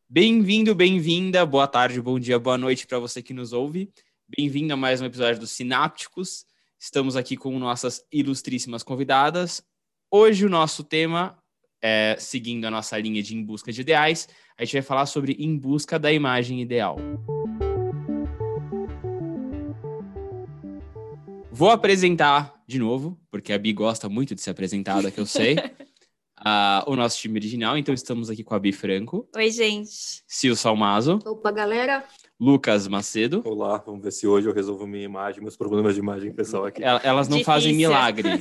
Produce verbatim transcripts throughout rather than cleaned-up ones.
Bem-vindo, bem-vinda, boa tarde, bom dia, boa noite para você que nos ouve. Bem-vindo a mais um episódio dos Sinápticos. Estamos aqui com nossas ilustríssimas convidadas. Hoje o nosso tema, é, seguindo a nossa linha de Em Busca de Ideais, a gente vai falar sobre Em Busca da Imagem Ideal. Vou apresentar de novo, porque a Bi gosta muito de ser apresentada, que eu sei. Uh, o nosso time original, então estamos aqui com a Bi Franco. Oi, gente. Sil Salmazo. Opa, galera. Lucas Macedo. Olá, vamos ver se hoje eu resolvo minha imagem, meus problemas de imagem pessoal aqui. Elas não Difícil. fazem milagre.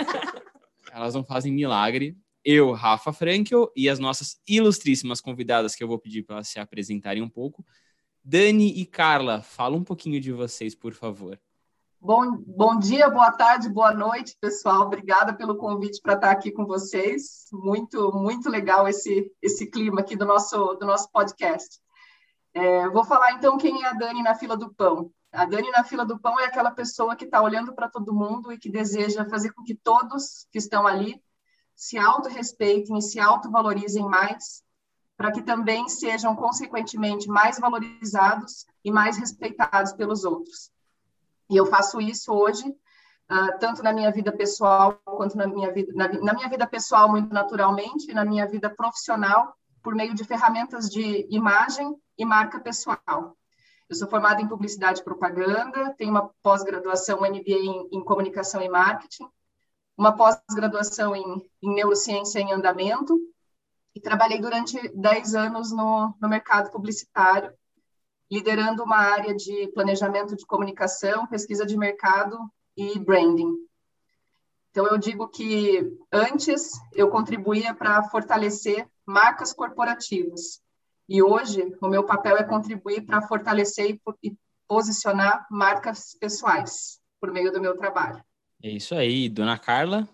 Elas não fazem milagre. Eu, Rafa Frankel, e as nossas ilustríssimas convidadas, que eu vou pedir para elas se apresentarem um pouco. Dani e Carla, fala um pouquinho de vocês, por favor. Bom, bom dia, boa tarde, boa noite, pessoal. Obrigada pelo convite para estar aqui com vocês. Muito, muito legal esse, esse clima aqui do nosso, do nosso podcast. É, vou falar, então, quem é a Dani na fila do pão. A Dani na fila do pão é aquela pessoa que está olhando para todo mundo e que deseja fazer com que todos que estão ali se autorrespeitem e se autovalorizem mais, para que também sejam, consequentemente, mais valorizados e mais respeitados pelos outros. E eu faço isso hoje, uh, tanto na minha vida pessoal, quanto na minha vida, na, na minha vida pessoal, muito naturalmente, e na minha vida profissional, por meio de ferramentas de imagem e marca pessoal. Eu sou formada em Publicidade e Propaganda, tenho uma pós-graduação M B A em, em Comunicação e Marketing, uma pós-graduação em, em Neurociência em Andamento, e trabalhei durante dez anos no, no mercado publicitário, liderando uma área de planejamento de comunicação, pesquisa de mercado e branding. Então, eu digo que antes eu contribuía para fortalecer marcas corporativas. E hoje, o meu papel é contribuir para fortalecer e posicionar marcas pessoais, por meio do meu trabalho. É isso aí, dona Carla.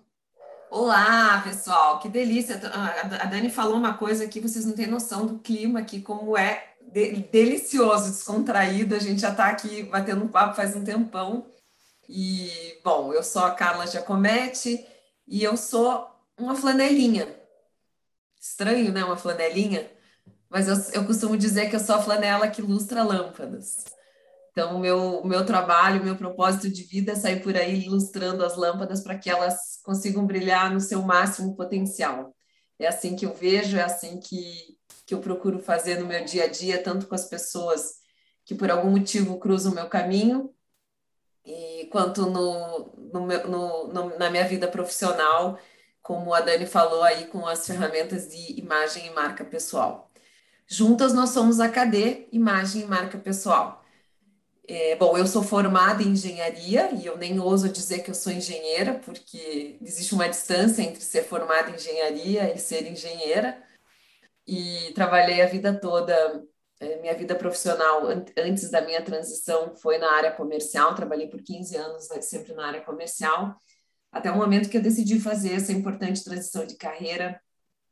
Olá, pessoal, que delícia. A Dani falou uma coisa aqui, vocês não têm noção do clima aqui, como é delicioso, descontraído, a gente já está aqui batendo um papo faz um tempão. E, bom, eu sou a Carla Giacometti e eu sou uma flanelinha. Estranho, né, uma flanelinha? Mas eu, eu costumo dizer que eu sou a flanela que lustra lâmpadas. Então, o meu, o meu trabalho, o meu propósito de vida é sair por aí ilustrando as lâmpadas para que elas consigam brilhar no seu máximo potencial. É assim que eu vejo, é assim que que eu procuro fazer no meu dia a dia, tanto com as pessoas que por algum motivo cruzam o meu caminho, e quanto no, no, no, no, na minha vida profissional, como a Dani falou aí, com as ferramentas de imagem e marca pessoal. Juntas nós somos a K D, Imagem e Marca Pessoal. É, bom, eu sou formada em engenharia, e eu nem ouso dizer que eu sou engenheira, porque existe uma distância entre ser formada em engenharia e ser engenheira. E trabalhei a vida toda, minha vida profissional, antes da minha transição, foi na área comercial, trabalhei por quinze anos sempre na área comercial, até o momento que eu decidi fazer essa importante transição de carreira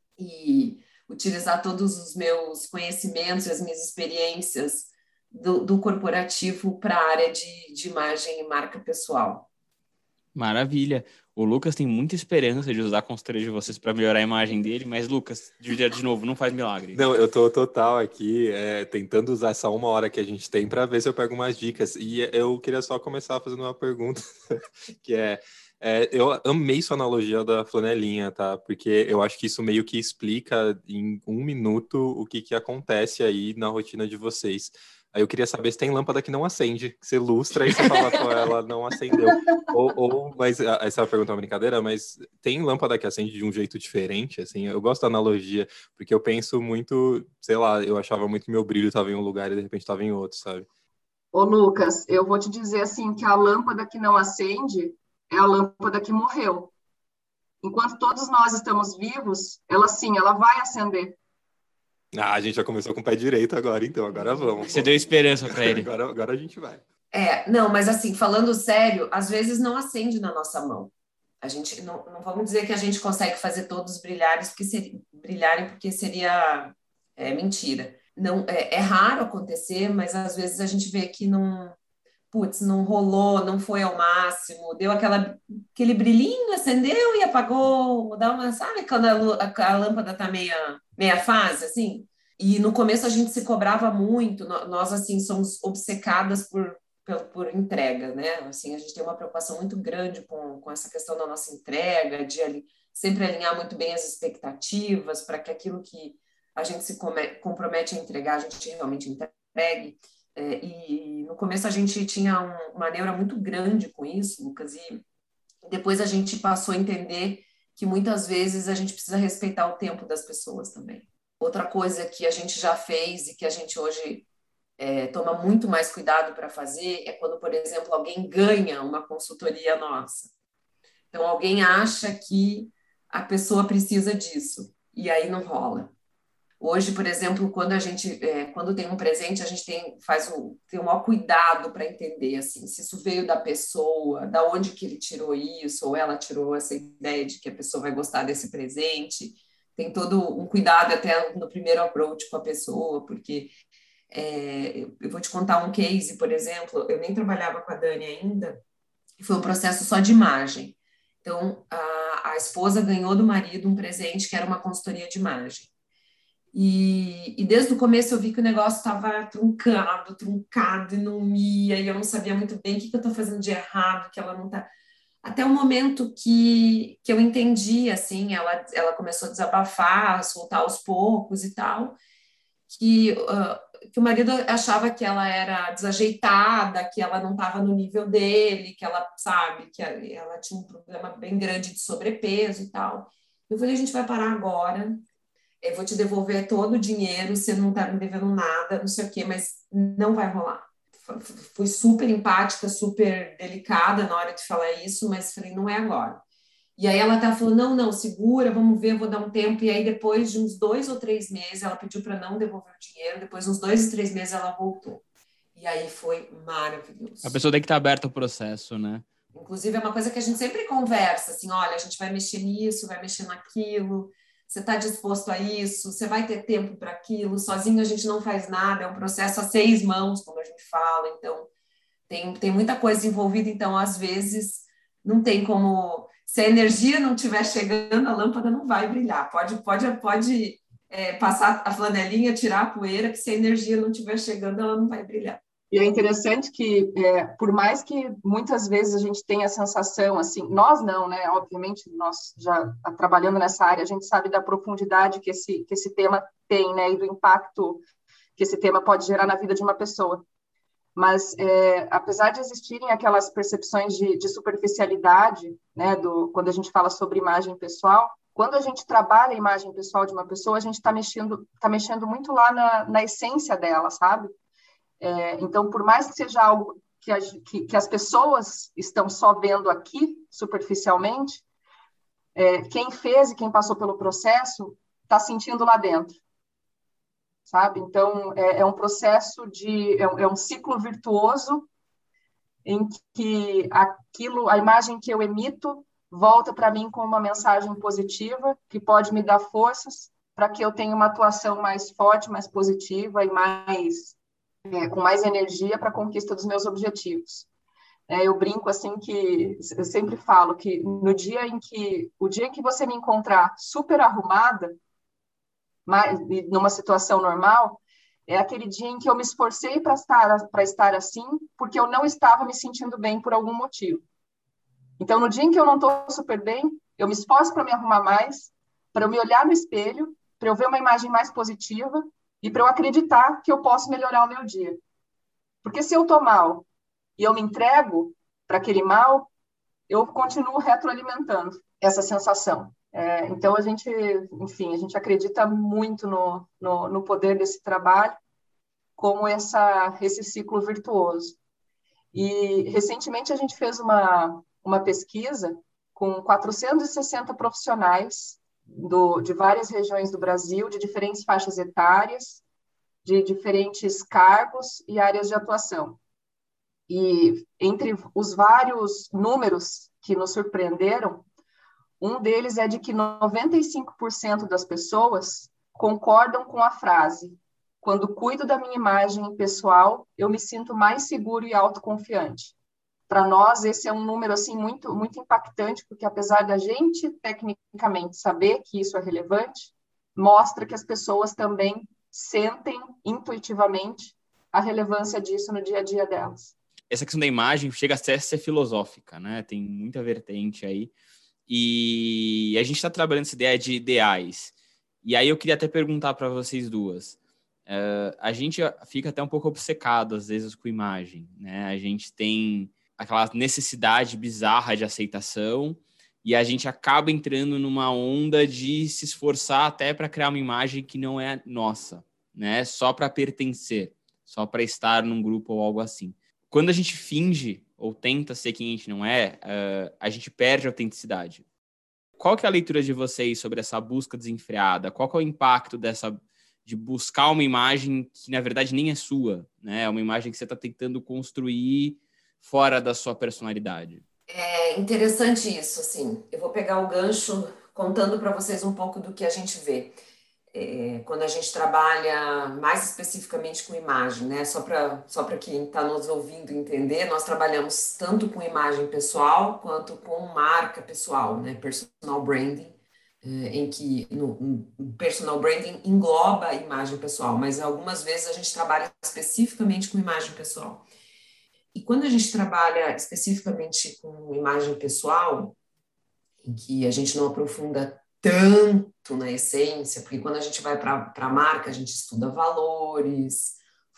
e utilizar todos os meus conhecimentos e as minhas experiências do, do corporativo para a área de, de imagem e marca pessoal. Maravilha. O Lucas tem muita esperança de usar a consultoria de vocês para melhorar a imagem dele, mas, Lucas, de, de novo, não faz milagre. Não, eu tô total aqui é, tentando usar essa uma hora que a gente tem para ver se eu pego umas dicas. E eu queria só começar fazendo uma pergunta, que é, é, eu amei sua analogia da flanelinha, tá? Porque eu acho que isso meio que explica em um minuto o que, que acontece aí na rotina de vocês. Aí eu queria saber se tem lâmpada que não acende, que você lustra e você fala, pô, ela não acendeu. Ou, ou, mas essa pergunta é uma brincadeira, mas tem lâmpada que acende de um jeito diferente, assim? Eu gosto da analogia, porque eu penso muito, sei lá, eu achava muito que meu brilho estava em um lugar e de repente estava em outro, sabe? Ô, Lucas, eu vou te dizer assim, que a lâmpada que não acende é a lâmpada que morreu. Enquanto todos nós estamos vivos, ela sim, ela vai acender. Ah, a gente já começou com o pé direito agora, então. Agora vamos. Você deu esperança para ele. agora, agora a gente vai. É, não, mas assim, falando sério, às vezes não acende na nossa mão. A gente, não, não vamos dizer que a gente consegue fazer todos brilharem porque seria, brilharem porque seria é, mentira. Não, é, é raro acontecer, mas às vezes a gente vê que não, putz, não rolou, não foi ao máximo, deu aquela, aquele brilhinho, acendeu e apagou, dá uma, sabe quando a, a, a lâmpada tá meia, meia fase, assim? E no começo a gente se cobrava muito, nós, assim, somos obcecadas por, por, por entrega, né? Assim, a gente tem uma preocupação muito grande com, com essa questão da nossa entrega, de ali, sempre alinhar muito bem as expectativas para que aquilo que a gente se come, compromete a entregar, a gente realmente entregue. É, e no começo a gente tinha um, uma neura muito grande com isso, Lucas, e depois a gente passou a entender que muitas vezes a gente precisa respeitar o tempo das pessoas também. Outra coisa que a gente já fez e que a gente hoje é, toma muito mais cuidado para fazer é quando, por exemplo, alguém ganha uma consultoria nossa. Então, alguém acha que a pessoa precisa disso e aí não rola. Hoje, por exemplo, quando a gente, é, quando tem um presente, a gente tem, faz o, tem o maior cuidado para entender assim, se isso veio da pessoa, da onde que ele tirou isso, ou ela tirou essa ideia de que a pessoa vai gostar desse presente. Tem todo um cuidado até no primeiro approach com a pessoa, porque é, eu vou te contar um case, por exemplo, eu nem trabalhava com a Dani ainda, e foi um processo só de imagem. Então, a, a esposa ganhou do marido um presente que era uma consultoria de imagem. E, e desde o começo eu vi que o negócio estava truncado, truncado e não ia, e eu não sabia muito bem o que, que eu estou fazendo de errado, que ela não está... Até o momento que, que eu entendi, assim, ela, ela começou a desabafar, a soltar aos poucos e tal, que, uh, que o marido achava que ela era desajeitada, que ela não estava no nível dele, que ela, sabe, que ela tinha um problema bem grande de sobrepeso e tal. Eu falei, a gente vai parar agora, eu vou te devolver todo o dinheiro, você não está me devendo nada, não sei o quê, mas não vai rolar. Fui super empática, super delicada na hora de falar isso, mas falei, não é agora. E aí ela tá falando, não, não, segura, vamos ver, vou dar um tempo. E aí depois de uns dois ou três meses, ela pediu para não devolver o dinheiro, depois de uns dois ou três meses ela voltou. E aí foi maravilhoso. A pessoa tem que estar aberta ao processo, né? Inclusive é uma coisa que a gente sempre conversa, assim, olha, a gente vai mexer nisso, vai mexer naquilo, você está disposto a isso, você vai ter tempo para aquilo, sozinho a gente não faz nada, é um processo a seis mãos, como a gente fala, então tem, tem muita coisa envolvida, então às vezes não tem como, se a energia não estiver chegando, a lâmpada não vai brilhar, pode, pode, pode é, passar a flanelinha, tirar a poeira, que se a energia não estiver chegando, ela não vai brilhar. E é interessante que, é, por mais que muitas vezes a gente tenha a sensação, assim, nós não, né? Obviamente, nós já trabalhando nessa área, a gente sabe da profundidade que esse, que esse tema tem, né? E do impacto que esse tema pode gerar na vida de uma pessoa. Mas, é, apesar de existirem aquelas percepções de, de superficialidade, né? Do, quando a gente fala sobre imagem pessoal, quando a gente trabalha a imagem pessoal de uma pessoa, a gente está mexendo, tá mexendo muito lá na, na essência dela, sabe? É, então, por mais que seja algo que, a, que, que as pessoas estão só vendo aqui, superficialmente, é, quem fez e quem passou pelo processo está sentindo lá dentro, sabe? Então, é, é um processo de... É, é um ciclo virtuoso em que aquilo, a imagem que eu emito volta para mim com uma mensagem positiva que pode me dar forças para que eu tenha uma atuação mais forte, mais positiva e mais... É, com mais energia para a conquista dos meus objetivos. É, eu brinco assim que, eu sempre falo que no dia em que, o dia em que você me encontrar super arrumada, mas, numa situação normal, é aquele dia em que eu me esforcei para estar, para estar assim, porque eu não estava me sentindo bem por algum motivo. Então, no dia em que eu não estou super bem, eu me esforço para me arrumar mais, para eu me olhar no espelho, para eu ver uma imagem mais positiva, e para eu acreditar que eu posso melhorar o meu dia. Porque se eu estou mal e eu me entrego para aquele mal, eu continuo retroalimentando essa sensação. É, então, a gente, enfim, a gente acredita muito no, no, no poder desse trabalho como essa, esse ciclo virtuoso. E, recentemente, a gente fez uma, uma pesquisa com quatrocentos e sessenta profissionais do, de várias regiões do Brasil, de diferentes faixas etárias, de diferentes cargos e áreas de atuação. E entre os vários números que nos surpreenderam, um deles é de que noventa e cinco por cento das pessoas concordam com a frase: quando cuido da minha imagem pessoal, eu me sinto mais seguro e autoconfiante. Para nós, esse é um número assim, muito, muito impactante, porque apesar da gente, tecnicamente, saber que isso é relevante, mostra que as pessoas também sentem intuitivamente a relevância disso no dia a dia delas. Essa questão da imagem chega até a ser filosófica, né? Tem muita vertente aí. E a gente está trabalhando essa ideia de ideais. E aí eu queria até perguntar para vocês duas. Uh, a gente fica até um pouco obcecado, às vezes, com imagem, né? A gente tem aquela necessidade bizarra de aceitação e a gente acaba entrando numa onda de se esforçar até para criar uma imagem que não é nossa, né? Só para pertencer, só para estar num grupo ou algo assim. Quando a gente finge ou tenta ser quem a gente não é, uh, a gente perde a autenticidade. Qual que é a leitura de vocês sobre essa busca desenfreada? Qual que é o impacto dessa, de buscar uma imagem que, na verdade, nem é sua, né? É uma imagem que você está tentando construir fora da sua personalidade? É interessante isso, assim. Eu vou pegar o gancho contando para vocês um pouco do que a gente vê. É, quando a gente trabalha mais especificamente com imagem, né? Só para só para quem está nos ouvindo entender, nós trabalhamos tanto com imagem pessoal quanto com marca pessoal, né? Personal branding, é, em que no, no personal branding engloba a imagem pessoal, mas algumas vezes a gente trabalha especificamente com imagem pessoal. E quando a gente trabalha especificamente com imagem pessoal, em que a gente não aprofunda tanto na essência, porque quando a gente vai para a marca, a gente estuda valores,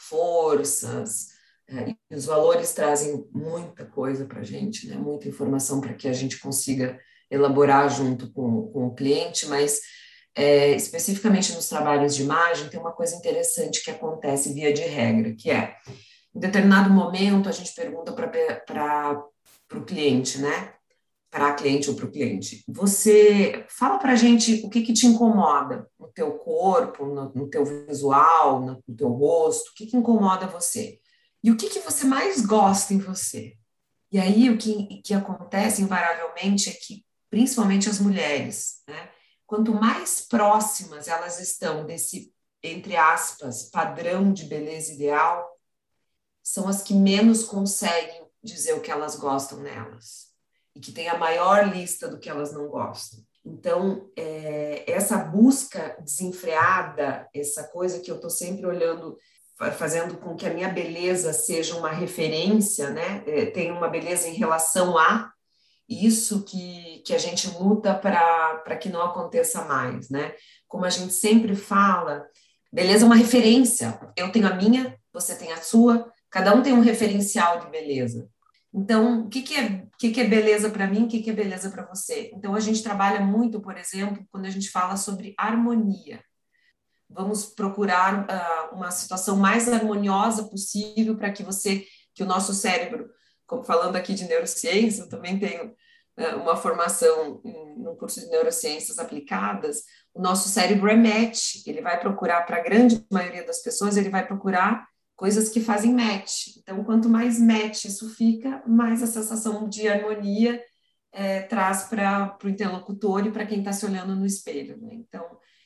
forças, é, e os valores trazem muita coisa para a gente, né? Muita informação para que a gente consiga elaborar junto com, com o cliente, mas é, especificamente nos trabalhos de imagem, tem uma coisa interessante que acontece via de regra, que é, em determinado momento, a gente pergunta para o cliente, né? Para a cliente ou para o cliente. Você fala para a gente o que, que te incomoda no teu corpo, no, no teu visual, no, no teu rosto, o que, que incomoda você? E o que, que você mais gosta em você? E aí o que, que acontece invariavelmente é que, principalmente as mulheres, né, quanto mais próximas elas estão desse, entre aspas, padrão de beleza ideal, são as que menos conseguem dizer o que elas gostam nelas. E que tem a maior lista do que elas não gostam. Então, é, essa busca desenfreada, essa coisa que eu estou sempre olhando, fazendo com que a minha beleza seja uma referência, né? É, tem uma beleza em relação a isso que, que a gente luta para que não aconteça mais, né? Como a gente sempre fala, beleza é uma referência. Eu tenho a minha, você tem a sua, cada um tem um referencial de beleza. Então, o que, que, é, o que, que é beleza para mim, o que, que é beleza para você? Então, a gente trabalha muito, por exemplo, quando a gente fala sobre harmonia. Vamos procurar uh, uma situação mais harmoniosa possível para que você, que o nosso cérebro, como falando aqui de neurociência, eu também tenho uh, uma formação no curso de neurociências aplicadas, o nosso cérebro é match, ele vai procurar, para a grande maioria das pessoas, ele vai procurar coisas que fazem match. Então, quanto mais match isso fica, mais a sensação de harmonia é, traz para o interlocutor e para quem está se olhando no espelho, né? Então,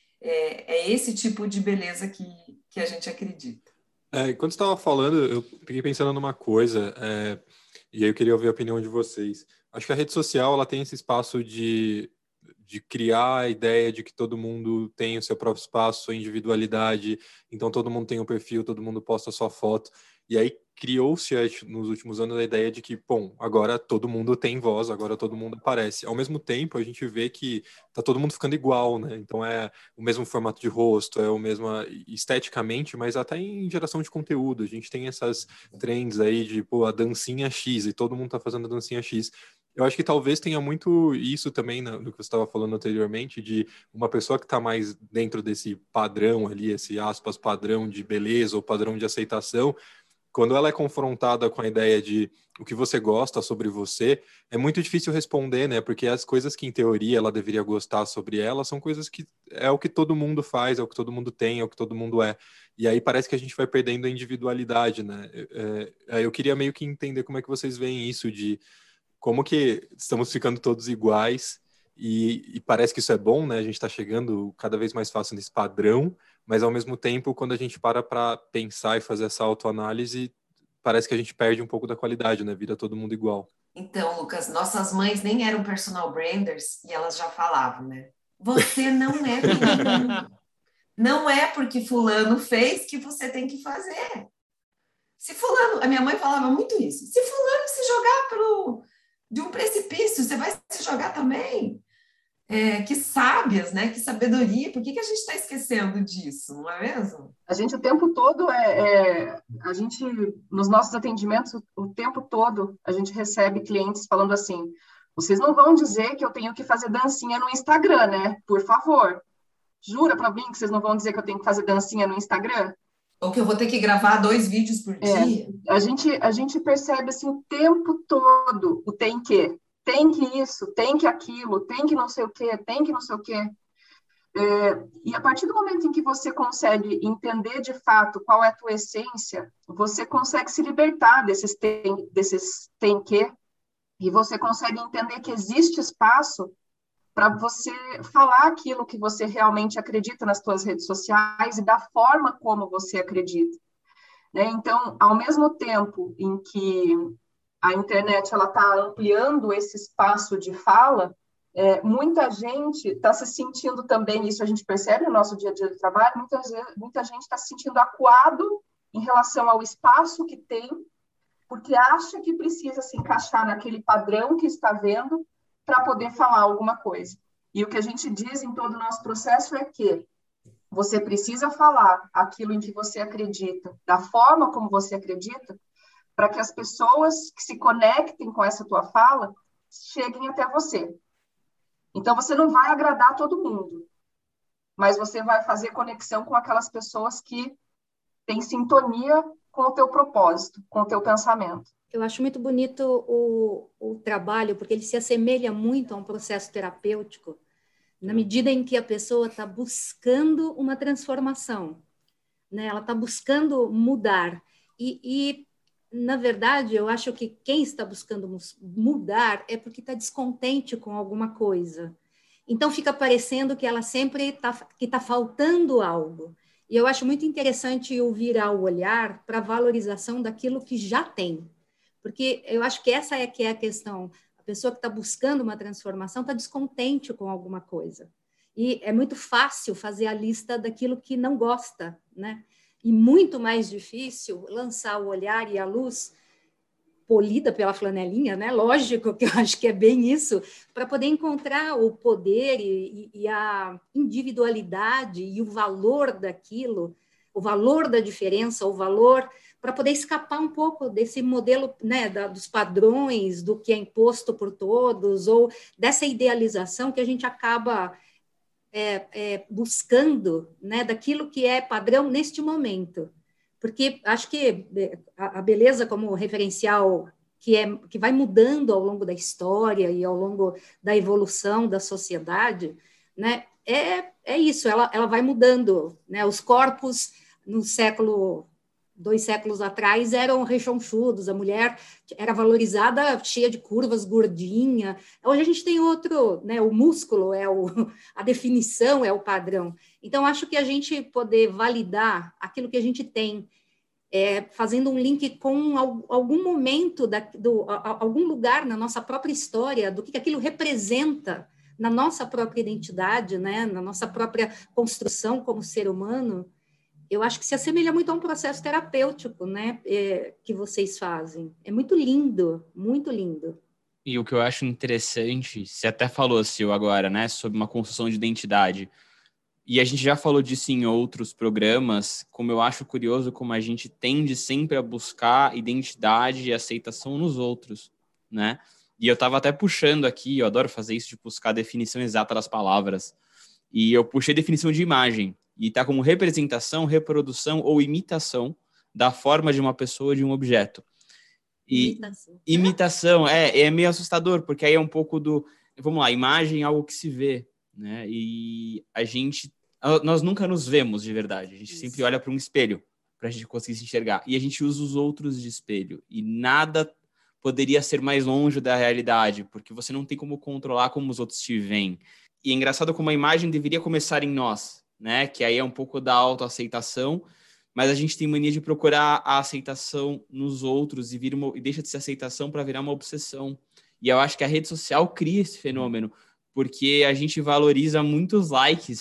é, é esse tipo de beleza que, que a gente acredita. É, quando você estava falando, eu fiquei pensando numa coisa, é, e aí eu queria ouvir a opinião de vocês. Acho que a rede social ela tem esse espaço de, de criar a ideia de que todo mundo tem o seu próprio espaço, sua individualidade, então todo mundo tem um perfil, todo mundo posta sua foto, e aí criou-se nos últimos anos a ideia de que, bom, agora todo mundo tem voz, agora todo mundo aparece. Ao mesmo tempo, a gente vê que tá todo mundo ficando igual, né? Então é o mesmo formato de rosto, é o mesmo esteticamente, mas até em geração de conteúdo. A gente tem essas trends aí de, pô, a dancinha X, e todo mundo tá fazendo a dancinha X. Eu acho que talvez tenha muito isso também no que você estava falando anteriormente, de uma pessoa que está mais dentro desse padrão ali, esse aspas padrão de beleza ou padrão de aceitação, quando ela é confrontada com a ideia de o que você gosta sobre você, é muito difícil responder, né? Porque as coisas que, em teoria, ela deveria gostar sobre ela são coisas que é o que todo mundo faz, é o que todo mundo tem, é o que todo mundo é. E aí parece que a gente vai perdendo a individualidade, né? É, é, eu queria meio que entender como é que vocês veem isso de como que estamos ficando todos iguais e, e parece que isso é bom, né? A gente está chegando cada vez mais fácil nesse padrão, mas ao mesmo tempo, quando a gente para para pensar e fazer essa autoanálise, parece que a gente perde um pouco da qualidade, né? Vira todo mundo igual. Então, Lucas, nossas mães nem eram personal branders e elas já falavam, né? Você não é todo mundo. Não é porque fulano fez que você tem que fazer. Se fulano... A minha mãe falava muito isso. Se fulano se jogar pro, de um precipício, você vai se jogar também? É, que sábias, né? Que sabedoria. Por que, que a gente está esquecendo disso, não é mesmo? A gente o tempo todo, é, é, a gente, nos nossos atendimentos, o tempo todo, a gente recebe clientes falando assim, vocês não vão dizer que eu tenho que fazer dancinha no Instagram, né? Por favor. Jura para mim que vocês não vão dizer que eu tenho que fazer dancinha no Instagram? Ou que eu vou ter que gravar dois vídeos por É, dia? a gente, a gente percebe assim, o tempo todo o tem que. Tem que isso, tem que aquilo, tem que não sei o quê, tem que não sei o quê. É, e a partir do momento em que você consegue entender de fato qual é a tua essência, você consegue se libertar desses tem, desses tem que, e você consegue entender que existe espaço para você falar aquilo que você realmente acredita nas suas redes sociais e da forma como você acredita. Né? Então, ao mesmo tempo em que a internet ela está ampliando esse espaço de fala, é, muita gente está se sentindo também, isso a gente percebe no nosso dia a dia de trabalho, muita, muita gente está se sentindo acuado em relação ao espaço que tem, porque acha que precisa se encaixar naquele padrão que está vendo para poder falar alguma coisa. E o que a gente diz em todo o nosso processo é que você precisa falar aquilo em que você acredita, da forma como você acredita, para que as pessoas que se conectem com essa tua fala cheguem até você. Então, você não vai agradar todo mundo, mas você vai fazer conexão com aquelas pessoas que têm sintonia com o teu propósito, com o teu pensamento. Eu acho muito bonito o, o trabalho, porque ele se assemelha muito a um processo terapêutico, na medida em que a pessoa está buscando uma transformação, né? Ela está buscando mudar. E, e, na verdade, eu acho que quem está buscando mudar é porque está descontente com alguma coisa. Então, fica parecendo que ela sempre está que tá faltando algo. E eu acho muito interessante o virar o olhar para a valorização daquilo que já tem. Porque eu acho que essa é que é a questão. A pessoa que está buscando uma transformação está descontente com alguma coisa. E é muito fácil fazer a lista daquilo que não gosta, né? E muito mais difícil lançar o olhar e a luz polida pela flanelinha, né? Lógico que eu acho que é bem isso, para poder encontrar o poder e, e a individualidade e o valor daquilo, o valor da diferença, o valor... para poder escapar um pouco desse modelo, né, da, dos padrões, do que é imposto por todos, ou dessa idealização que a gente acaba é, é, buscando, né, daquilo que é padrão neste momento. Porque acho que a, a beleza como referencial que, é, que vai mudando ao longo da história e ao longo da evolução da sociedade, né, é, é isso, ela, ela vai mudando. Né, os corpos no século... dois séculos atrás, eram rechonchudos, a mulher era valorizada cheia de curvas, gordinha. Hoje a gente tem outro, né? O músculo é o, a definição, é o padrão. Então, acho que a gente poder validar aquilo que a gente tem, é, fazendo um link com algum momento, da, do, algum lugar na nossa própria história, do que aquilo representa na nossa própria identidade, né? Na nossa própria construção como ser humano, eu acho que se assemelha muito a um processo terapêutico, né, é, que vocês fazem. É muito lindo, muito lindo. E o que eu acho interessante, você até falou, Sil, agora, né, sobre uma construção de identidade. E a gente já falou disso em outros programas, como eu acho curioso como a gente tende sempre a buscar identidade e aceitação nos outros, né? E eu estava até puxando aqui, eu adoro fazer isso, de buscar a definição exata das palavras. E eu puxei a definição de imagem. E está como representação, reprodução ou imitação da forma de uma pessoa ou de um objeto. E imitação. Imitação, é, é meio assustador, porque aí é um pouco do... Vamos lá, imagem é algo que se vê, né? E a gente... Nós nunca nos vemos de verdade. A gente Isso. sempre olha para um espelho para a gente conseguir se enxergar. E a gente usa os outros de espelho. E nada poderia ser mais longe da realidade, porque você não tem como controlar como os outros te veem. E é engraçado como a imagem deveria começar em nós, né? Que aí é um pouco da autoaceitação, mas a gente tem mania de procurar a aceitação nos outros e, vira uma, e deixa de ser aceitação para virar uma obsessão. E eu acho que a rede social cria esse fenômeno, porque a gente valoriza muitos likes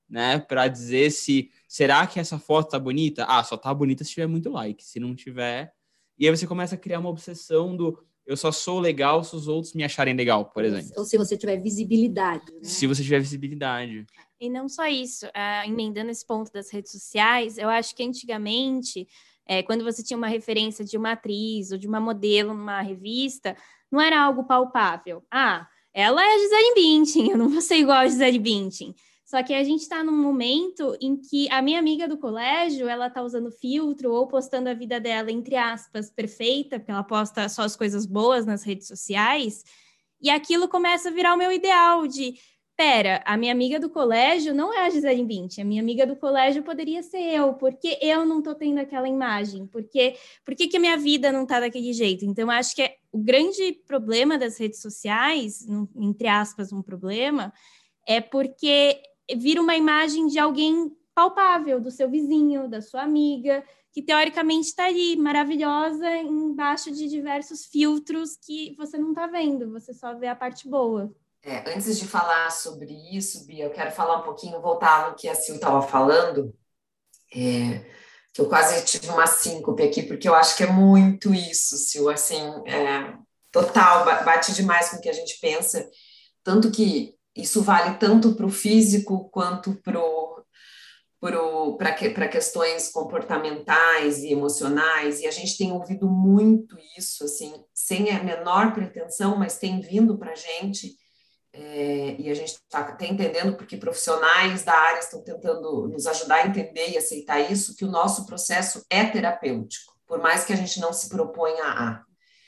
né? Para dizer se, será que essa foto tá bonita? Ah, só tá bonita se tiver muito like. Se não tiver... E aí você começa a criar uma obsessão do eu só sou legal se os outros me acharem legal, por exemplo. Ou se você tiver visibilidade. Né? Se você tiver visibilidade. E não só isso, uh, emendando esse ponto das redes sociais, eu acho que antigamente, é, quando você tinha uma referência de uma atriz ou de uma modelo numa revista, não era algo palpável. Ah, ela é a Gisele Bündchen, eu não vou ser igual a Gisele Bündchen. Só que a gente está num momento em que a minha amiga do colégio, ela está usando filtro ou postando a vida dela, entre aspas, perfeita, porque ela posta só as coisas boas nas redes sociais, e aquilo começa a virar o meu ideal de, pera, a minha amiga do colégio não é a Gisele Bündchen, a minha amiga do colégio poderia ser eu, porque eu não estou tendo aquela imagem, porque, por que que a minha vida não está daquele jeito? Então, acho que é, o grande problema das redes sociais, entre aspas, um problema, é porque vira uma imagem de alguém palpável, do seu vizinho, da sua amiga, que teoricamente está ali, maravilhosa, embaixo de diversos filtros que você não está vendo, você só vê a parte boa. É, antes de falar sobre isso, Bia, eu quero falar um pouquinho, voltar no que a Sil estava falando, é, que eu quase tive uma síncope aqui, porque eu acho que é muito isso, Sil, assim, é, total, bate demais com o que a gente pensa, tanto que isso vale tanto para o físico quanto para questões comportamentais e emocionais, e a gente tem ouvido muito isso, assim, sem a menor pretensão, mas tem vindo para a gente, é, e a gente está até entendendo, porque profissionais da área estão tentando nos ajudar a entender e aceitar isso, que o nosso processo é terapêutico, por mais que a gente não se proponha a.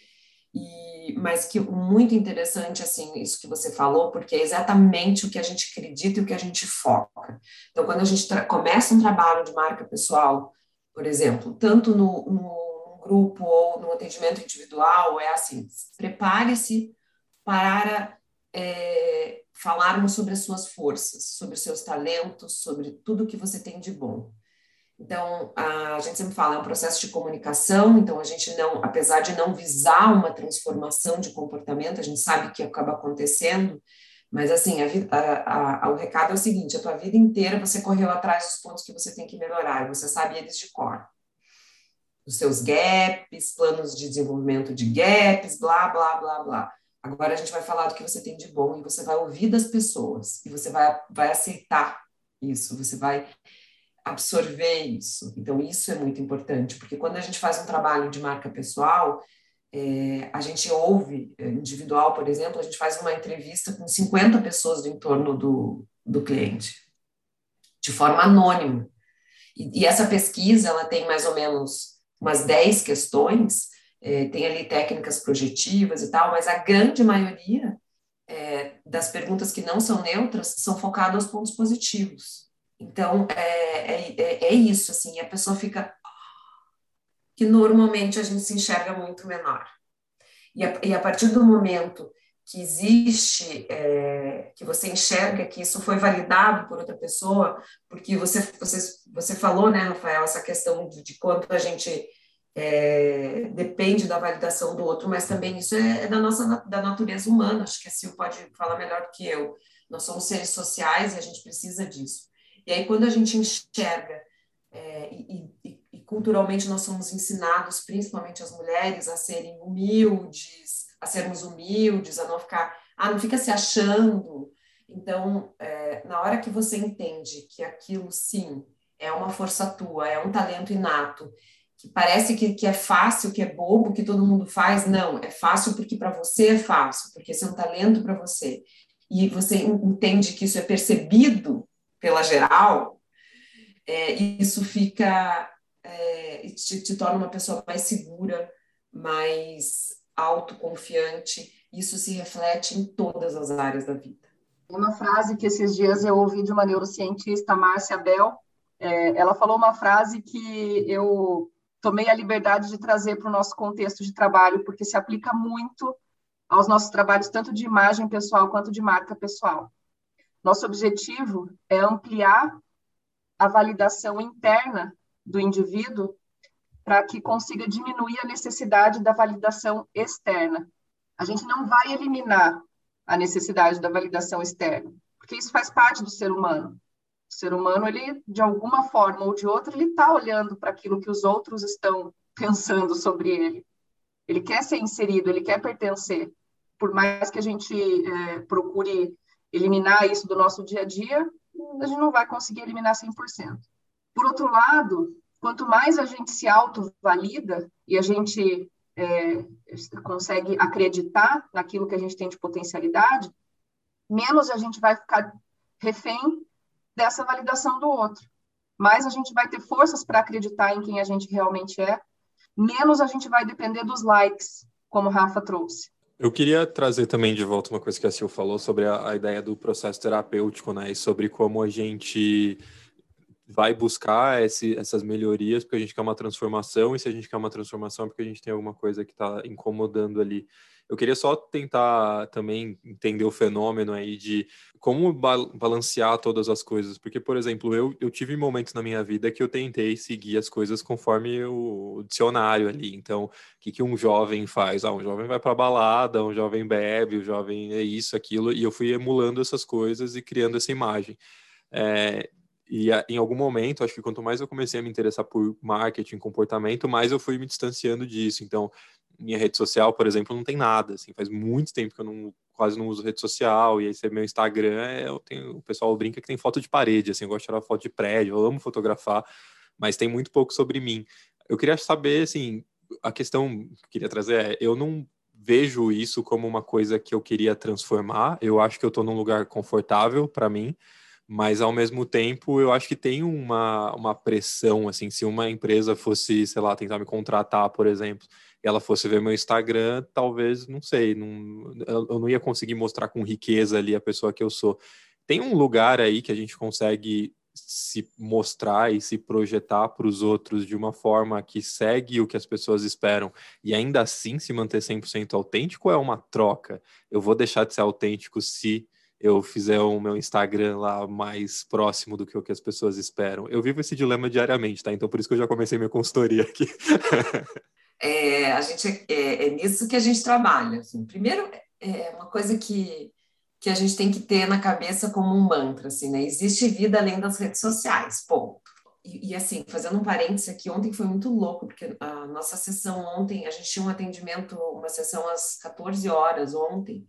E, mas que muito interessante, assim, isso que você falou, porque é exatamente o que a gente acredita e o que a gente foca. Então, quando a gente começa um trabalho de marca pessoal, por exemplo, tanto no, no grupo ou no atendimento individual, é assim, prepare-se para é, falarmos sobre as suas forças, sobre os seus talentos, sobre tudo que você tem de bom. Então, a gente sempre fala, é um processo de comunicação, então a gente não, apesar de não visar uma transformação de comportamento, a gente sabe que acaba acontecendo, mas assim, a vida, a, a, o recado é o seguinte, a tua vida inteira você correu atrás dos pontos que você tem que melhorar, e você sabe eles de cor. Os seus gaps, planos de desenvolvimento de gaps, blá, blá, blá, blá. Agora a gente vai falar do que você tem de bom, e você vai ouvir das pessoas, e você vai, vai aceitar isso, você vai absorver isso. Então, isso é muito importante, porque quando a gente faz um trabalho de marca pessoal, é, a gente ouve, individual, por exemplo, a gente faz uma entrevista com cinquenta pessoas do entorno do, do cliente, de forma anônima. E, e essa pesquisa, ela tem mais ou menos umas dez questões, é, tem ali técnicas projetivas e tal, mas a grande maioria é, das perguntas que não são neutras são focadas aos pontos positivos. Então, é, é, é isso, assim, a pessoa fica... que normalmente a gente se enxerga muito menor. E a, e a partir do momento que existe, é, que você enxerga que isso foi validado por outra pessoa, porque você, você, você falou, né, Rafael, essa questão de, de quanto a gente é, depende da validação do outro, mas também isso é, é da nossa da natureza humana, acho que a Sil pode falar melhor do que eu. Nós somos seres sociais e a gente precisa disso. E aí, quando a gente enxerga, é, e, e, e culturalmente nós somos ensinados, principalmente as mulheres, a serem humildes, a sermos humildes, a não ficar, ah, não fica se achando. Então, é, na hora que você entende que aquilo, sim, é uma força tua, é um talento inato, que parece que, que é fácil, que é bobo, que todo mundo faz, não, é fácil porque para você é fácil, porque esse é um talento para você. E você entende que isso é percebido pela geral, é, isso fica, é, te, te torna uma pessoa mais segura, mais autoconfiante, isso se reflete em todas as áreas da vida. Uma frase que esses dias eu ouvi de uma neurocientista, Márcia Bell, é, ela falou uma frase que eu tomei a liberdade de trazer para o nosso contexto de trabalho, porque se aplica muito aos nossos trabalhos, tanto de imagem pessoal quanto de marca pessoal. Nosso objetivo é ampliar a validação interna do indivíduo para que consiga diminuir a necessidade da validação externa. A gente não vai eliminar a necessidade da validação externa, porque isso faz parte do ser humano. O ser humano, ele, de alguma forma ou de outra, ele está olhando para aquilo que os outros estão pensando sobre ele. Ele quer ser inserido, ele quer pertencer. Por mais que a gente é, procure eliminar isso do nosso dia a dia, a gente não vai conseguir eliminar cem por cento. Por outro lado, quanto mais a gente se autovalida e a gente é, consegue acreditar naquilo que a gente tem de potencialidade, menos a gente vai ficar refém dessa validação do outro. Mais a gente vai ter forças para acreditar em quem a gente realmente é, menos a gente vai depender dos likes, como o Rafa trouxe. Eu queria trazer também de volta uma coisa que a Sil falou sobre a, a ideia do processo terapêutico, né? E sobre como a gente vai buscar esse, essas melhorias porque a gente quer uma transformação, e se a gente quer uma transformação é porque a gente tem alguma coisa que está incomodando ali. Eu queria só tentar também entender o fenômeno aí de como ba- balancear todas as coisas, porque, por exemplo, eu, eu tive momentos na minha vida que eu tentei seguir as coisas conforme o dicionário ali. Então, o que, que um jovem faz? Ah, um jovem vai para balada, um jovem bebe, um jovem é isso, aquilo, e eu fui emulando essas coisas e criando essa imagem. É, e a, em algum momento, acho que quanto mais eu comecei a me interessar por marketing, comportamento, mais eu fui me distanciando disso. Então, minha rede social, por exemplo, não tem nada, assim, faz muito tempo que eu não, quase não uso rede social, e aí se meu Instagram, é, eu tenho, o pessoal brinca que tem foto de parede, assim, eu gosto de tirar foto de prédio, eu amo fotografar, mas tem muito pouco sobre mim. Eu queria saber, assim, a questão que eu queria trazer é, eu não vejo isso como uma coisa que eu queria transformar, eu acho que eu estou num lugar confortável para mim, mas ao mesmo tempo eu acho que tem uma, uma pressão, assim, se uma empresa fosse, sei lá, tentar me contratar, por exemplo, e ela fosse ver meu Instagram, talvez, não sei, não, eu não ia conseguir mostrar com riqueza ali a pessoa que eu sou. Tem um lugar aí que a gente consegue se mostrar e se projetar para os outros de uma forma que segue o que as pessoas esperam e ainda assim se manter cem por cento autêntico, ou é uma troca? Eu vou deixar de ser autêntico se eu fizer o meu Instagram lá mais próximo do que o que as pessoas esperam. Eu vivo esse dilema diariamente, tá? Então por isso que eu já comecei minha consultoria aqui. É, a gente, é, é nisso que a gente trabalha. Assim. Primeiro, é uma coisa que, que a gente tem que ter na cabeça como um mantra, assim, né? Existe vida além das redes sociais, ponto. E, e assim, fazendo um parênteses aqui, ontem foi muito louco, porque a nossa sessão ontem, a gente tinha um atendimento, uma sessão às quatorze horas ontem,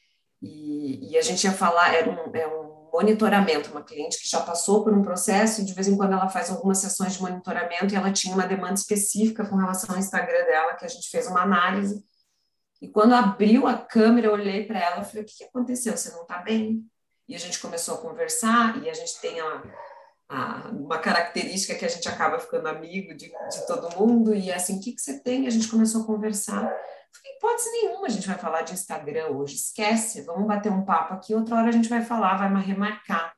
e, e a gente ia falar, era um, é um monitoramento, uma cliente que já passou por um processo e de vez em quando ela faz algumas sessões de monitoramento e ela tinha uma demanda específica com relação ao Instagram dela, que a gente fez uma análise. E quando abriu a câmera, eu olhei para ela e falei, o que, que aconteceu? Você não está bem? E a gente começou a conversar e a gente tem a, a, uma característica que a gente acaba ficando amigo de, de todo mundo e assim, o que, que você tem? E a gente começou a conversar. Falei, hipótese nenhuma a gente vai falar de Instagram hoje, esquece, vamos bater um papo aqui, outra hora a gente vai falar, vai remarcar.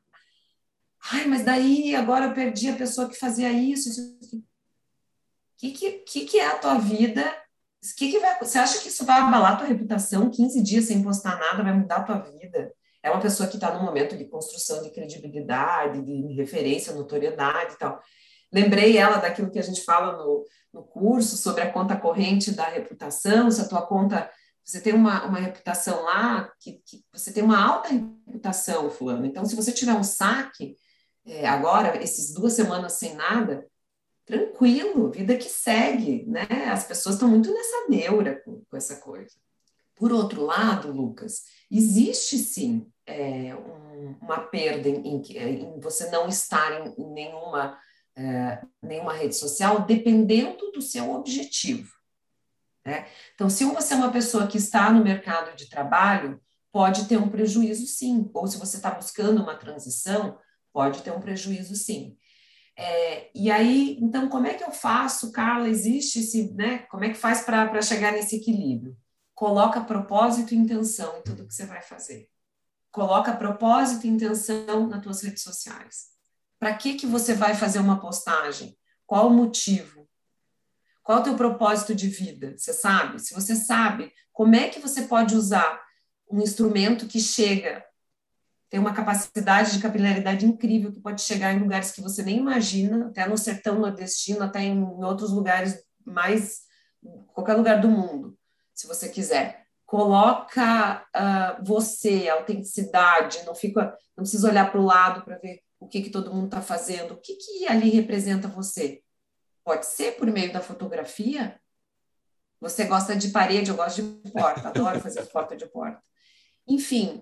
Ai, mas daí agora eu perdi a pessoa que fazia isso. O que, que, que é a tua vida? Que que vai, você acha que isso vai abalar a tua reputação? quinze dias sem postar nada vai mudar a tua vida? É uma pessoa que está num momento de construção de credibilidade, de referência, notoriedade e tal. Lembrei ela daquilo que a gente fala no, no curso sobre a conta corrente da reputação, se a tua conta, você tem uma, uma reputação lá, que, que você tem uma alta reputação, fulano. Então, se você tiver um saque, é, agora, esses duas semanas sem nada, tranquilo, vida que segue, né? As pessoas estão muito nessa neura com, com essa coisa. Por outro lado, Lucas, existe sim é, um, uma perda em, em, em você não estar em, em nenhuma... É, nenhuma rede social, dependendo do seu objetivo. Né? Então, se você é uma pessoa que está no mercado de trabalho, pode ter um prejuízo sim, ou se você está buscando uma transição, pode ter um prejuízo sim. É, e aí, então, como é que eu faço, Carla? Existe esse, né? Como é que faz para chegar nesse equilíbrio? Coloca propósito e intenção em tudo que você vai fazer. Coloca propósito e intenção nas tuas redes sociais. Para que, que você vai fazer uma postagem? Qual o motivo? Qual é o teu propósito de vida? Você sabe? Se você sabe, como é que você pode usar um instrumento que chega, tem uma capacidade de capilaridade incrível, que pode chegar em lugares que você nem imagina, até no sertão nordestino, até em outros lugares mais, qualquer lugar do mundo, se você quiser. Coloca uh, você, a autenticidade, não, fica, não precisa olhar para o lado para ver o que, que todo mundo está fazendo, o que, que ali representa você. Pode ser por meio da fotografia. Você gosta de parede, eu gosto de porta, adoro fazer foto de porta. Enfim,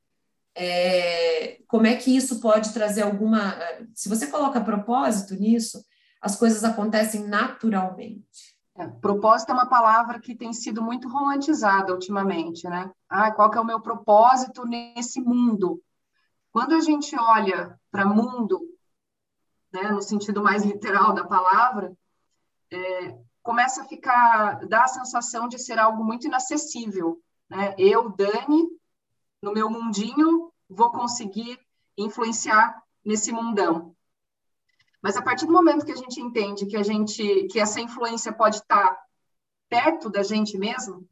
é, como é que isso pode trazer alguma... Se você coloca propósito nisso, as coisas acontecem naturalmente. É, propósito é uma palavra que tem sido muito romantizada ultimamente, né? Ah, qual que é o meu propósito nesse mundo? Quando a gente olha para mundo, né, no sentido mais literal da palavra, é, começa a ficar, dá a sensação de ser algo muito inacessível, né? Eu, Dani, no meu mundinho, vou conseguir influenciar nesse mundão. Mas a partir do momento que a gente entende que a gente, que essa influência pode estar perto da gente mesmo,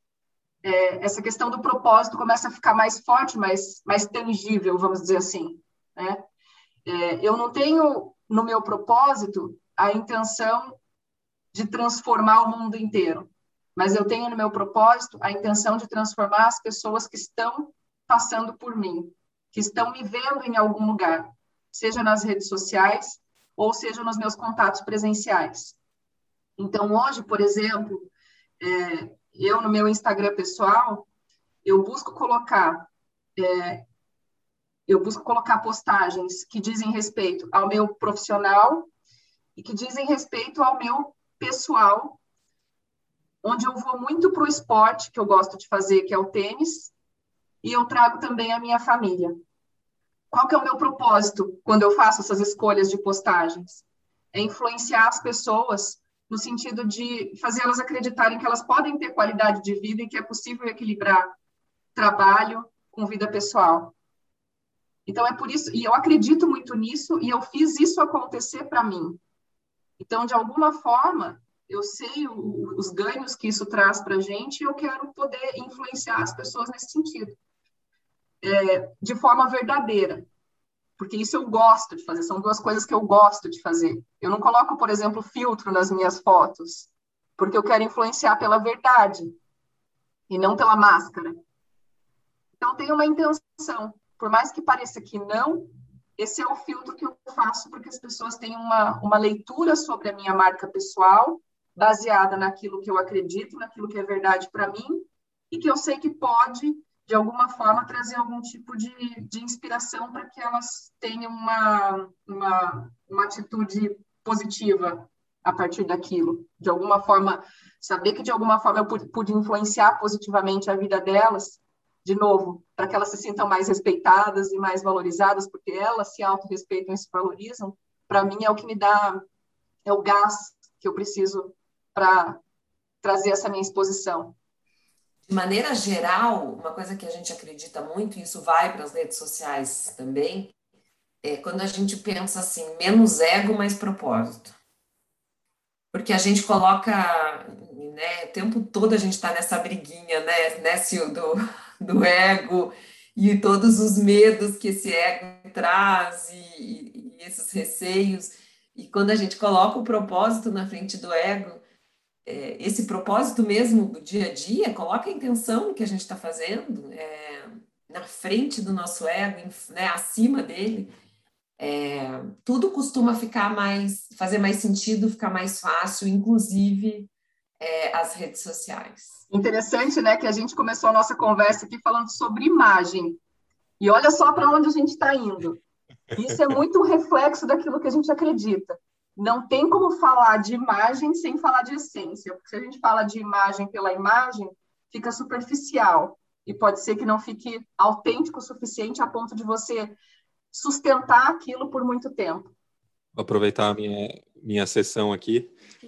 é, essa questão do propósito começa a ficar mais forte, mais, mais tangível, vamos dizer assim, né? É, eu não tenho no meu propósito a intenção de transformar o mundo inteiro, mas eu tenho no meu propósito a intenção de transformar as pessoas que estão passando por mim, que estão me vendo em algum lugar, seja nas redes sociais ou seja nos meus contatos presenciais. Então, hoje, por exemplo, é, eu no meu Instagram pessoal, eu busco colocar é, eu busco colocar postagens que dizem respeito ao meu profissional e que dizem respeito ao meu pessoal, onde eu vou muito para o esporte que eu gosto de fazer, que é o tênis, e eu trago também a minha família. Qual que é o meu propósito quando eu faço essas escolhas de postagens? É influenciar as pessoas no sentido de fazer elas acreditarem que elas podem ter qualidade de vida e que é possível equilibrar trabalho com vida pessoal. Então, é por isso, e eu acredito muito nisso, e eu fiz isso acontecer para mim. Então, de alguma forma, eu sei o, os ganhos que isso traz para a gente e eu quero poder influenciar as pessoas nesse sentido. É, de forma verdadeira. Porque isso eu gosto de fazer, são duas coisas que eu gosto de fazer. Eu não coloco, por exemplo, filtro nas minhas fotos, porque eu quero influenciar pela verdade e não pela máscara. Então, tem uma intenção. Por mais que pareça que não, esse é o filtro que eu faço para que as pessoas tenham uma, uma leitura sobre a minha marca pessoal, baseada naquilo que eu acredito, naquilo que é verdade para mim, e que eu sei que pode, de alguma forma, trazer algum tipo de, de inspiração para que elas tenham uma, uma, uma atitude positiva a partir daquilo. De alguma forma, saber que de alguma forma eu pude, pude influenciar positivamente a vida delas, de novo, para que elas se sintam mais respeitadas e mais valorizadas, porque elas se autorrespeitam e se valorizam, para mim é o que me dá, é o gás que eu preciso para trazer essa minha exposição. De maneira geral, uma coisa que a gente acredita muito, e isso vai para as redes sociais também, é quando a gente pensa assim, menos ego, mais propósito. Porque a gente coloca, né, o tempo todo a gente está nessa briguinha, né, nesse do, do ego e todos os medos que esse ego traz e, e esses receios. E quando a gente coloca o propósito na frente do ego, é, esse propósito mesmo do dia a dia, coloca a intenção que a gente está fazendo é, na frente do nosso ego, né, acima dele, é, tudo costuma ficar mais, fazer mais sentido, ficar mais fácil, inclusive é, as redes sociais. Interessante, né, que a gente começou a nossa conversa aqui falando sobre imagem. E olha só para onde a gente está indo. Isso é muito um reflexo daquilo que a gente acredita. Não tem como falar de imagem sem falar de essência, porque se a gente fala de imagem pela imagem, fica superficial e pode ser que não fique autêntico o suficiente a ponto de você sustentar aquilo por muito tempo. Vou aproveitar a minha, minha sessão aqui.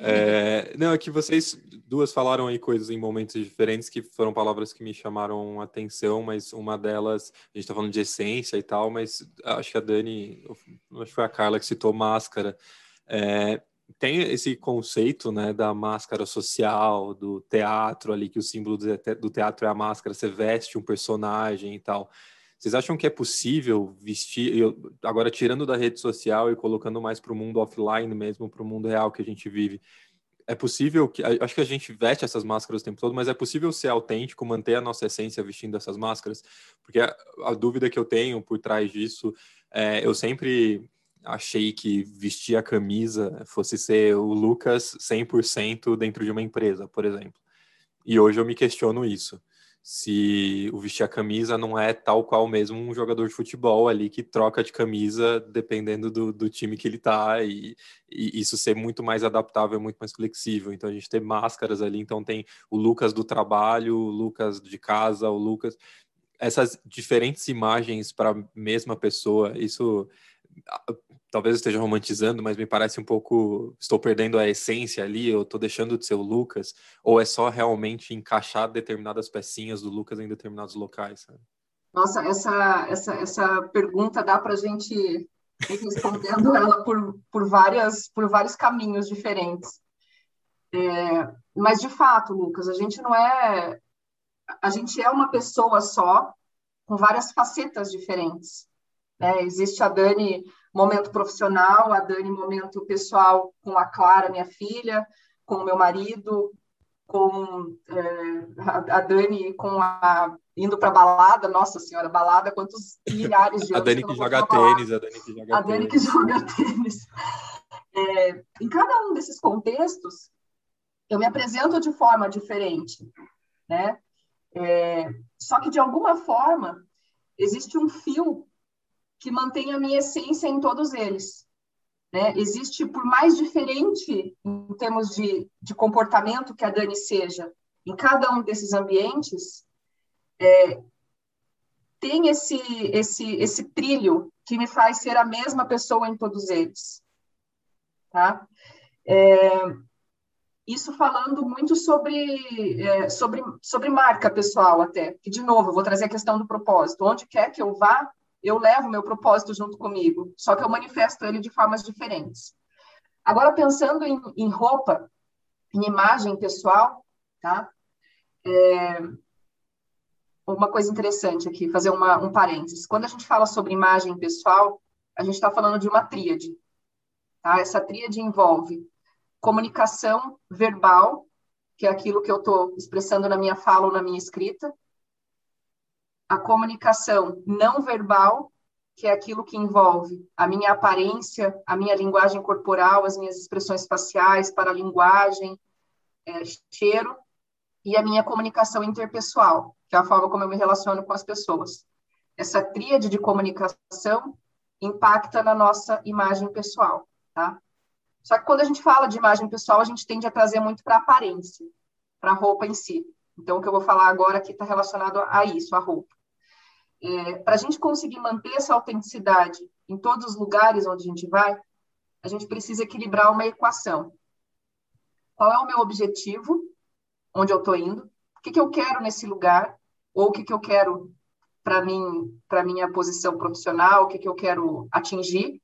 É, não, é que vocês duas falaram aí coisas em momentos diferentes que foram palavras que me chamaram a atenção, mas uma delas, a gente tá falando de essência e tal, mas acho que a Dani, acho que foi a Carla que citou máscara. É, tem esse conceito, né, da máscara social, do teatro ali, que o símbolo do teatro é a máscara, você veste um personagem e tal. Vocês acham que é possível vestir, eu, agora tirando da rede social e colocando mais para o mundo offline mesmo, para o mundo real que a gente vive, é possível, que acho que a gente veste essas máscaras o tempo todo, mas é possível ser autêntico, manter a nossa essência vestindo essas máscaras? Porque a, a dúvida que eu tenho por trás disso é, eu sempre achei que vestir a camisa fosse ser o Lucas cem por cento dentro de uma empresa, por exemplo. E hoje eu me questiono isso. Se o vestir a camisa não é tal qual mesmo um jogador de futebol ali que troca de camisa dependendo do, do time que ele tá e, e isso ser muito mais adaptável, muito mais flexível. Então a gente tem máscaras ali, então tem o Lucas do trabalho, o Lucas de casa, o Lucas... Essas diferentes imagens para a mesma pessoa, isso... Talvez eu esteja romantizando, mas me parece um pouco... Estou perdendo a essência ali, eu estou deixando de ser o Lucas, ou é só realmente encaixar determinadas pecinhas do Lucas em determinados locais, sabe? Nossa, essa, essa, essa pergunta dá para a gente ir respondendo ela por, por, várias, por vários caminhos diferentes. É, mas, de fato, Lucas, a gente não é... A gente é uma pessoa só, com várias facetas diferentes. Né? Existe a Dani momento profissional, a Dani momento pessoal com a Clara, minha filha, com o meu marido, com é, a, a Dani com a, indo para balada, nossa senhora, balada, quantos milhares de a anos Dani que, que eu não joga vou falar. tênis, a Dani que joga a tênis. Dani que joga tênis. É, em cada um desses contextos, eu me apresento de forma diferente, né? É, só que, de alguma forma, existe um fio que mantém a minha essência em todos eles. Né? Existe, por mais diferente em termos de, de comportamento que a Dani seja, em cada um desses ambientes, é, tem esse, esse, esse trilho que me faz ser a mesma pessoa em todos eles. Tá? É, isso falando muito sobre, é, sobre, sobre marca pessoal até, que, de novo, eu vou trazer a questão do propósito. Onde quer que eu vá, eu levo meu propósito junto comigo, só que eu manifesto ele de formas diferentes. Agora, pensando em, em roupa, em imagem pessoal, tá? É, uma coisa interessante aqui, fazer uma, um parênteses. Quando a gente fala sobre imagem pessoal, a gente está falando de uma tríade. Tá? Essa tríade envolve comunicação verbal, que é aquilo que eu estou expressando na minha fala ou na minha escrita, a comunicação não verbal, que é aquilo que envolve a minha aparência, a minha linguagem corporal, as minhas expressões faciais, paralinguagem, é, cheiro, e a minha comunicação interpessoal, que é a forma como eu me relaciono com as pessoas. Essa tríade de comunicação impacta na nossa imagem pessoal, tá? Só que quando a gente fala de imagem pessoal, a gente tende a trazer muito para a aparência, para a roupa em si. Então, o que eu vou falar agora aqui está relacionado a isso, a roupa. É, para a gente conseguir manter essa autenticidade em todos os lugares onde a gente vai, a gente precisa equilibrar uma equação. Qual é o meu objetivo, onde eu estou indo? O que, que eu quero nesse lugar? Ou o que, que eu quero para mim, para minha posição profissional? O que, que eu quero atingir?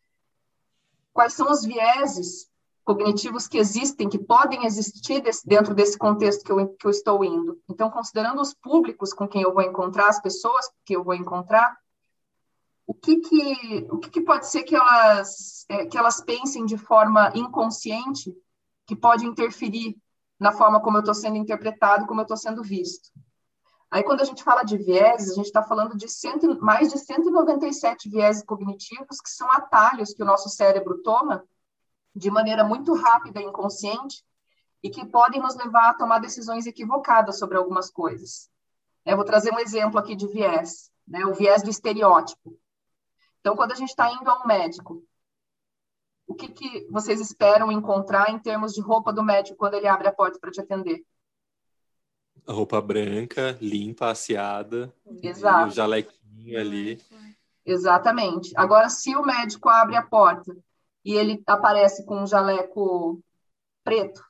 Quais são os vieses cognitivos que existem, que podem existir desse, dentro desse contexto que eu, que eu estou indo? Então, considerando os públicos com quem eu vou encontrar, as pessoas que eu vou encontrar, o que, que, o que, que pode ser que elas, é, que elas pensem de forma inconsciente que pode interferir na forma como eu estou sendo interpretado, como eu estou sendo visto? Aí, quando a gente fala de vieses, a gente está falando de cento, mais de cento e noventa e sete vieses cognitivos, que são atalhos que o nosso cérebro toma de maneira muito rápida e inconsciente e que podem nos levar a tomar decisões equivocadas sobre algumas coisas. Eu vou trazer um exemplo aqui de viés, né? O viés do estereótipo. Então, quando a gente está indo a um médico, o que, que vocês esperam encontrar em termos de roupa do médico quando ele abre a porta para te atender? A roupa branca, limpa, asseada. Exato. E o jalequinho ali. Exatamente. Agora, se o médico abre a porta e ele aparece com um jaleco preto.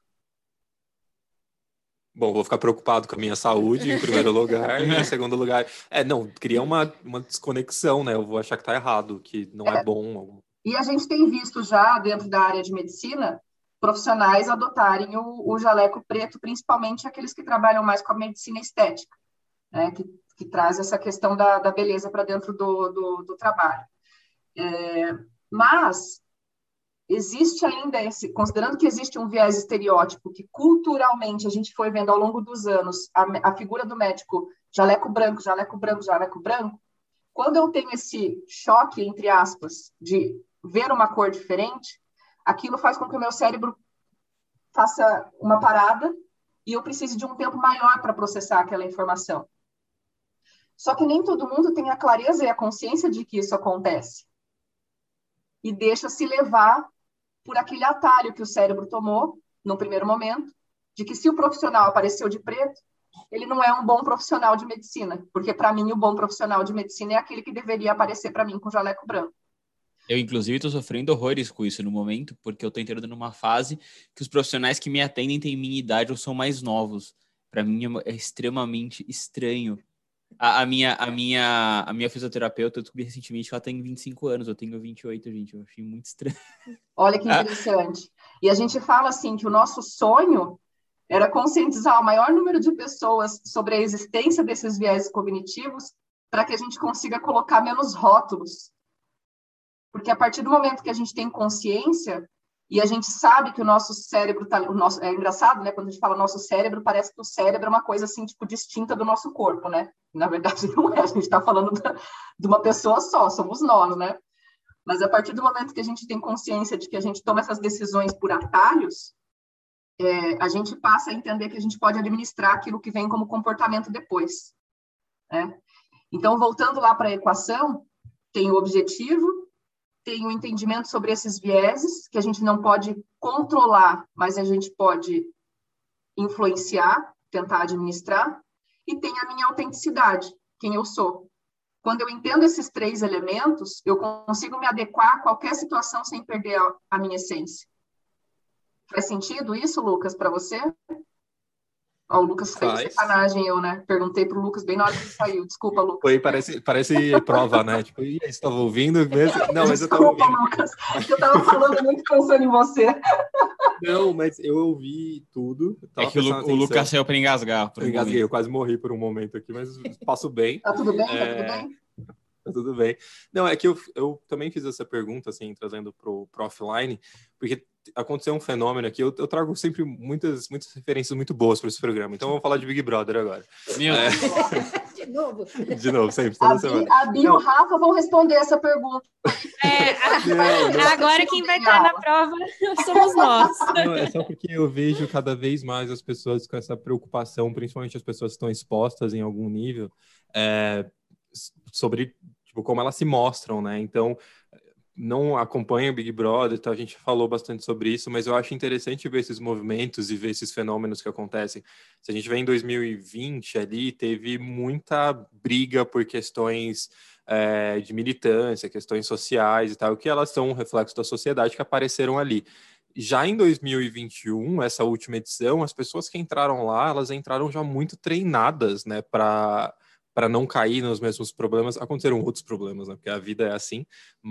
Bom, vou ficar preocupado com a minha saúde, em primeiro lugar, e em segundo lugar... É, não, cria uma, uma desconexão, né? Eu vou achar que tá errado, que não é, é bom. E a gente tem visto já, dentro da área de medicina, profissionais adotarem o, o jaleco preto, principalmente aqueles que trabalham mais com a medicina estética, né? Que, que traz essa questão da, da beleza para dentro do, do, do trabalho. É, mas existe ainda esse, considerando que existe um viés estereótipo que culturalmente a gente foi vendo ao longo dos anos a, a figura do médico jaleco branco, jaleco branco, jaleco branco, Quando eu tenho esse choque, entre aspas, de ver uma cor diferente, aquilo faz com que o meu cérebro faça uma parada e eu precise de um tempo maior para processar aquela informação. Só que nem todo mundo tem a clareza e a consciência de que isso acontece. E deixa se levar por aquele atalho que o cérebro tomou, no primeiro momento, de que se o profissional apareceu de preto, ele não é um bom profissional de medicina, porque para mim o bom profissional de medicina é aquele que deveria aparecer para mim com jaleco branco. Eu, inclusive, estou sofrendo horrores com isso no momento, porque eu estou entrando numa fase que os profissionais que me atendem têm minha idade ou são mais novos. Para mim é extremamente estranho. A, a, minha, a, minha, a minha fisioterapeuta, eu descobri recentemente que ela tem vinte e cinco anos, eu tenho vinte e oito, gente. Eu achei muito estranho. Olha que interessante. E a gente fala assim que o nosso sonho era conscientizar o maior número de pessoas sobre a existência desses viéses cognitivos para que a gente consiga colocar menos rótulos. Porque a partir do momento que a gente tem consciência e a gente sabe que o nosso cérebro tá, o nosso, é engraçado, né? Quando a gente fala nosso cérebro, parece que o cérebro é uma coisa assim, tipo, distinta do nosso corpo, né? Na verdade, não é. A gente está falando da, de uma pessoa só, somos nós, né? Mas a partir do momento que a gente tem consciência de que a gente toma essas decisões por atalhos, é, a gente passa a entender que a gente pode administrar aquilo que vem como comportamento depois, né? Então, voltando lá para a equação, tem o objetivo, tem o entendimento sobre esses vieses, que a gente não pode controlar, mas a gente pode influenciar, tentar administrar, e tem a minha autenticidade, quem eu sou. Quando eu entendo esses três elementos, eu consigo me adequar a qualquer situação sem perder a, a minha essência. Faz sentido isso, Lucas, para você? Ó, o Lucas saiu de sacanagem, eu, né? Perguntei pro Lucas bem na hora que ele saiu. Desculpa, Lucas. Foi, parece, parece prova, né? Tipo, e aí, você estava ouvindo mesmo? Não, mas Desculpa, eu tava ouvindo. Lucas. Eu tava falando muito pensando em você. Não, mas eu ouvi tudo. É que o, Lu, o Lucas saiu para engasgar. Eu engasguei, momento. Eu quase morri por um momento aqui, mas passo bem. Tá tudo bem? Tá é... tudo bem? Tá tudo bem. Não, é que eu, eu também fiz essa pergunta, assim, trazendo pro, pro offline, porque aconteceu um fenômeno aqui, eu, eu trago sempre muitas, muitas referências muito boas para esse programa, então vamos falar de Big Brother agora. Meu é... De novo. De novo, sempre, toda a semana. Bi, a Bi e o Rafa vão responder essa pergunta. É, não, não. Agora quem vai estar na prova somos nós. Não, é só porque eu vejo cada vez mais as pessoas com essa preocupação, principalmente as pessoas que estão expostas em algum nível, é, sobre tipo, como elas se mostram, né? Então, não acompanho o Big Brother, então a gente falou bastante sobre isso, mas eu acho interessante ver esses movimentos e ver esses fenômenos que acontecem. Se a gente vê em dois mil e vinte ali, teve muita briga por questões é, de militância, questões sociais e tal, que elas são um reflexo da sociedade que apareceram ali. Já em dois mil e vinte e um, essa última edição, as pessoas que entraram lá, elas entraram já muito treinadas, né, para... para não cair nos mesmos problemas. Aconteceram outros problemas, né? Porque a vida é assim.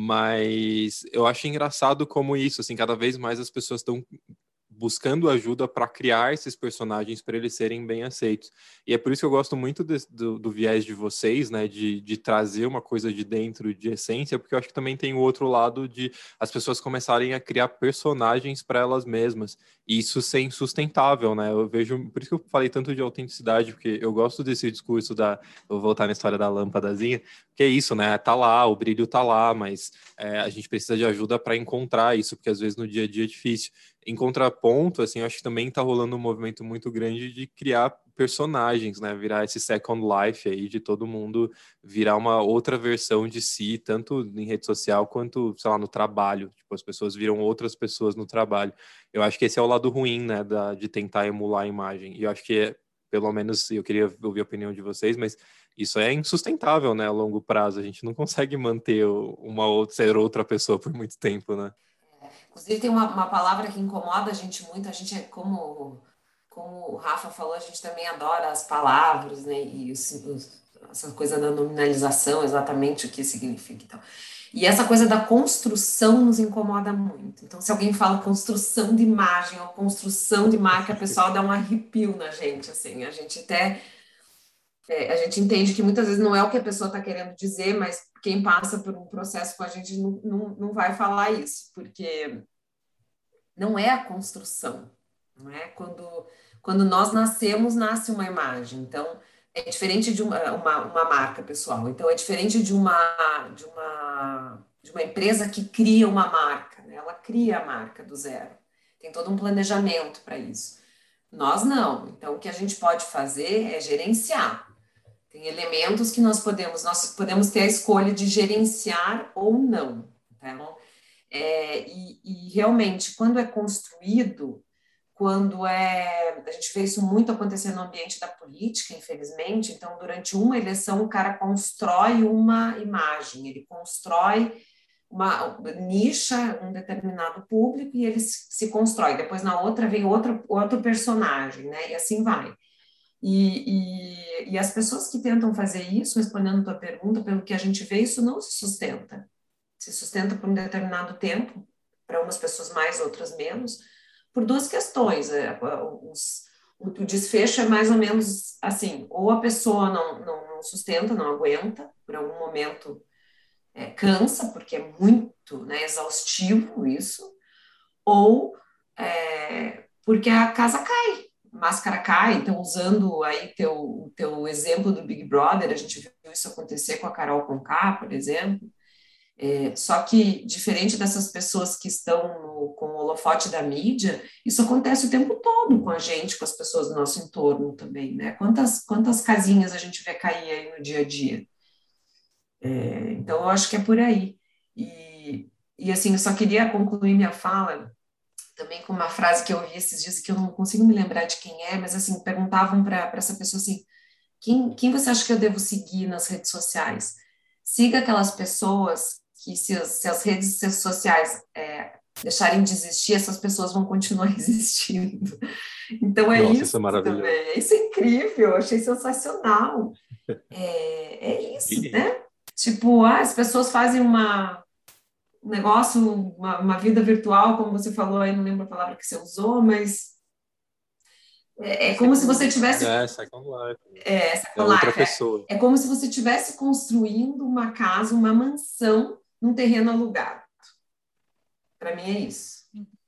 Mas eu acho engraçado como isso, assim, cada vez mais as pessoas estão buscando ajuda para criar esses personagens para eles serem bem aceitos. E é por isso que eu gosto muito de, do, do viés de vocês, né? De, de trazer uma coisa de dentro de essência, porque eu acho que também tem o outro lado de as pessoas começarem a criar personagens para elas mesmas. E isso ser insustentável, né? Eu vejo, por isso que eu falei tanto de autenticidade, porque eu gosto desse discurso da, eu vou voltar na história da lâmpadazinha, que é isso, né? Tá lá, o brilho tá lá, mas é, a gente precisa de ajuda para encontrar isso, porque às vezes no dia a dia é difícil. Em contraponto, assim, eu acho que também tá rolando um movimento muito grande de criar personagens, né? Virar esse Second Life aí, de todo mundo virar uma outra versão de si, tanto em rede social quanto, sei lá, no trabalho. Tipo, as pessoas viram outras pessoas no trabalho. Eu acho que esse é o lado ruim, né? Da, de tentar emular a imagem. E eu acho que, é, pelo menos, eu queria ouvir a opinião de vocês, mas isso é insustentável, né? A longo prazo. A gente não consegue manter uma outra, ser outra pessoa por muito tempo, né? Inclusive, tem uma, uma palavra que incomoda a gente muito. A gente é como, como o Rafa falou, a gente também adora as palavras, né? E os, os, essa coisa da nominalização, exatamente o que significa e tal. E essa coisa da construção nos incomoda muito. Então, se alguém fala construção de imagem ou construção de marca, o pessoal dá um arrepio na gente, assim. A gente até... É, a gente entende que muitas vezes não é o que a pessoa está querendo dizer, mas quem passa por um processo com a gente não, não, não vai falar isso, porque não é a construção, não é? Quando, quando nós nascemos, nasce uma imagem. Então, é diferente de uma, uma, uma marca, pessoal. Então, é diferente de uma, de uma, de uma empresa que cria uma marca, né? Ela cria a marca do zero. Tem todo um planejamento para isso. Nós não. Então, o que a gente pode fazer é gerenciar. Tem elementos que nós podemos, nós podemos ter a escolha de gerenciar ou não. Então, é, e, e realmente, quando é construído, quando é... A gente vê isso muito acontecer no ambiente da política, infelizmente. Então, durante uma eleição, o cara constrói uma imagem, ele constrói uma nicha, um determinado público, e ele se constrói. Depois, na outra, vem outro, outro personagem, né? E assim vai. E, e, e as pessoas que tentam fazer isso, respondendo a tua pergunta, pelo que a gente vê, isso não se sustenta. Se sustenta por um determinado tempo, para umas pessoas mais, outras menos, por duas questões. Os, o desfecho é mais ou menos assim, ou a pessoa não, não, não sustenta, não aguenta, por algum momento é, cansa, porque é muito, né, exaustivo isso, ou é, porque a casa cai, a máscara cai. Então, usando aí teu, teu exemplo do Big Brother, a gente viu isso acontecer com a Carol Conká, por exemplo. É, só que, diferente dessas pessoas que estão no, com o holofote da mídia, isso acontece o tempo todo com a gente, com as pessoas do nosso entorno também, né? Quantas, quantas casinhas a gente vê cair aí no dia a dia? É, então, eu acho que é por aí. E, e, assim, eu só queria concluir minha fala também com uma frase que eu ouvi esses dias, que eu não consigo me lembrar de quem é, mas, assim, perguntavam para essa pessoa assim, quem, quem você acha que eu devo seguir nas redes sociais? Siga aquelas pessoas que, se as, se as redes sociais é, deixarem de existir, essas pessoas vão continuar existindo. Então, é Nossa, isso, isso é maravilhoso. também. Isso é incrível, eu achei sensacional. É, é isso, né? Tipo, ah, as pessoas fazem uma, um negócio, uma, uma vida virtual, como você falou aí, não lembro a palavra que você usou, mas é, é como se você tivesse... É, Second Life. É, Second é outra Life, pessoa. É, é como se você estivesse construindo uma casa, uma mansão, num terreno alugado. Para mim é isso.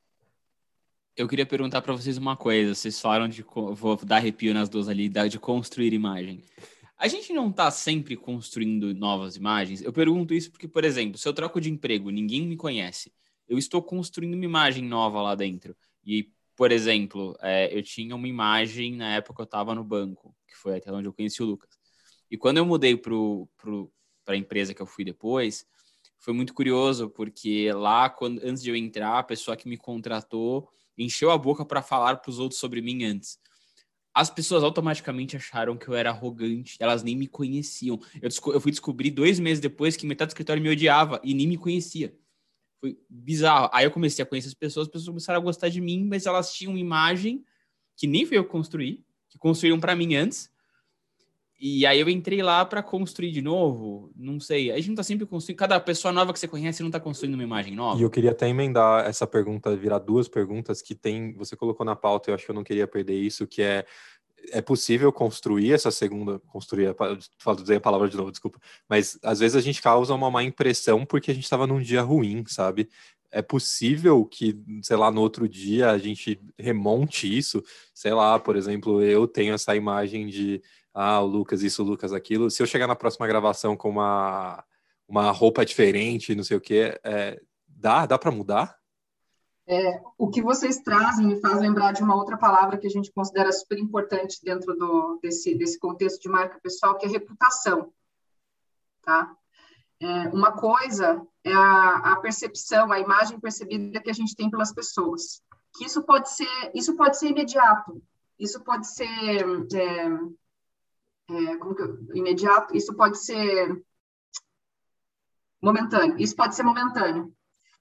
Eu queria perguntar para vocês uma coisa. Vocês falaram de... Vou dar arrepio nas duas ali, de construir imagem. A gente não está sempre construindo novas imagens? Eu pergunto isso porque, por exemplo, se eu troco de emprego, ninguém me conhece, eu estou construindo uma imagem nova lá dentro. E, por exemplo, é, eu tinha uma imagem na época que eu estava no banco, que foi até onde eu conheci o Lucas. E quando eu mudei para a empresa que eu fui depois, foi muito curioso, porque lá, quando, antes de eu entrar, a pessoa que me contratou encheu a boca para falar para os outros sobre mim antes. As pessoas automaticamente acharam que eu era arrogante, elas nem me conheciam. Eu, eu fui descobrir dois meses depois que metade do escritório me odiava e nem me conhecia. Foi bizarro. Aí eu comecei a conhecer as pessoas, as pessoas começaram a gostar de mim, mas elas tinham uma imagem que nem foi eu que construí, que construíram para mim antes. E aí eu entrei lá para construir de novo, não sei. A gente não tá sempre construindo, cada pessoa nova que você conhece não tá construindo uma imagem nova. E eu queria até emendar essa pergunta, virar duas perguntas que tem, você colocou na pauta, eu acho que eu não queria perder isso, que é, é possível construir essa segunda, construir, falo dizer a palavra de novo, desculpa, mas às vezes a gente causa uma má impressão porque a gente estava num dia ruim, sabe? É possível que, sei lá, no outro dia a gente remonte isso, sei lá, por exemplo, eu tenho essa imagem de ah, o Lucas isso, o Lucas aquilo. Se eu chegar na próxima gravação com uma, uma roupa diferente, não sei o quê, é, dá, dá para mudar? É, o que vocês trazem me faz lembrar de uma outra palavra que a gente considera super importante dentro do, desse, desse contexto de marca pessoal, que é reputação. Tá? É, uma coisa é a, a percepção, a imagem percebida que a gente tem pelas pessoas. Que isso pode ser, isso pode ser imediato, isso pode ser... É, É, como que eu, imediato, isso pode ser momentâneo, isso pode ser momentâneo.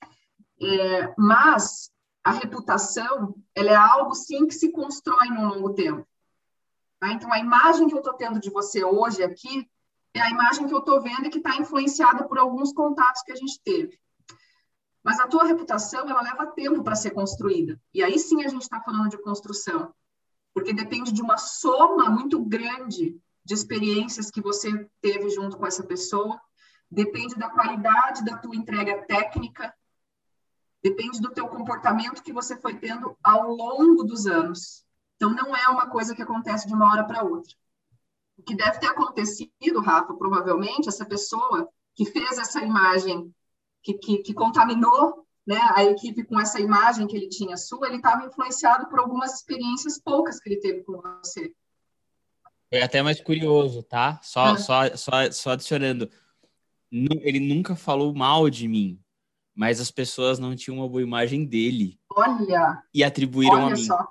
É, mas a reputação, ela é algo, sim, que se constrói num longo tempo. Tá? Então, a imagem que eu estou tendo de você hoje aqui é a imagem que eu estou vendo e que está influenciada por alguns contatos que a gente teve. Mas a tua reputação, ela leva tempo para ser construída. E aí sim a gente está falando de construção. Porque depende de uma soma muito grande de experiências que você teve junto com essa pessoa, depende da qualidade da tua entrega técnica, depende do teu comportamento que você foi tendo ao longo dos anos. Então, não é uma coisa que acontece de uma hora para outra. O que deve ter acontecido, Rafa, provavelmente, essa pessoa que fez essa imagem, que, que, que contaminou, né, a equipe com essa imagem que ele tinha sua, ele estava influenciado por algumas experiências poucas que ele teve com você. Foi até mais curioso, tá? Só, Ah. só, só, só adicionando. Ele nunca falou mal de mim, mas as pessoas não tinham uma boa imagem dele. Olha! E atribuíram olha a mim. Só.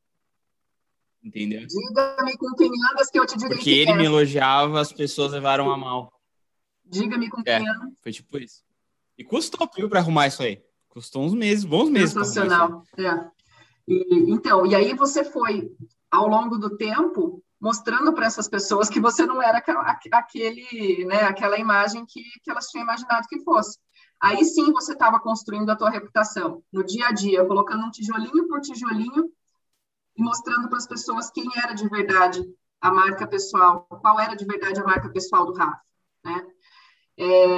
Entendeu? Diga-me com quem andas que eu te direi Porque que ele é. me elogiava, as pessoas levaram a mal. Diga-me com quem É, andas. foi tipo isso. E custou, viu, pra arrumar isso aí. Custou uns meses, bons meses pra arrumar isso aí. Sensacional. É. E, então, e aí você foi, ao longo do tempo, mostrando para essas pessoas que você não era aquele, né, aquela imagem que, que elas tinham imaginado que fosse. Aí sim você estava construindo a tua reputação, no dia a dia, colocando um tijolinho por tijolinho e mostrando para as pessoas quem era de verdade a marca pessoal, qual era de verdade a marca pessoal do Rafa, né? É,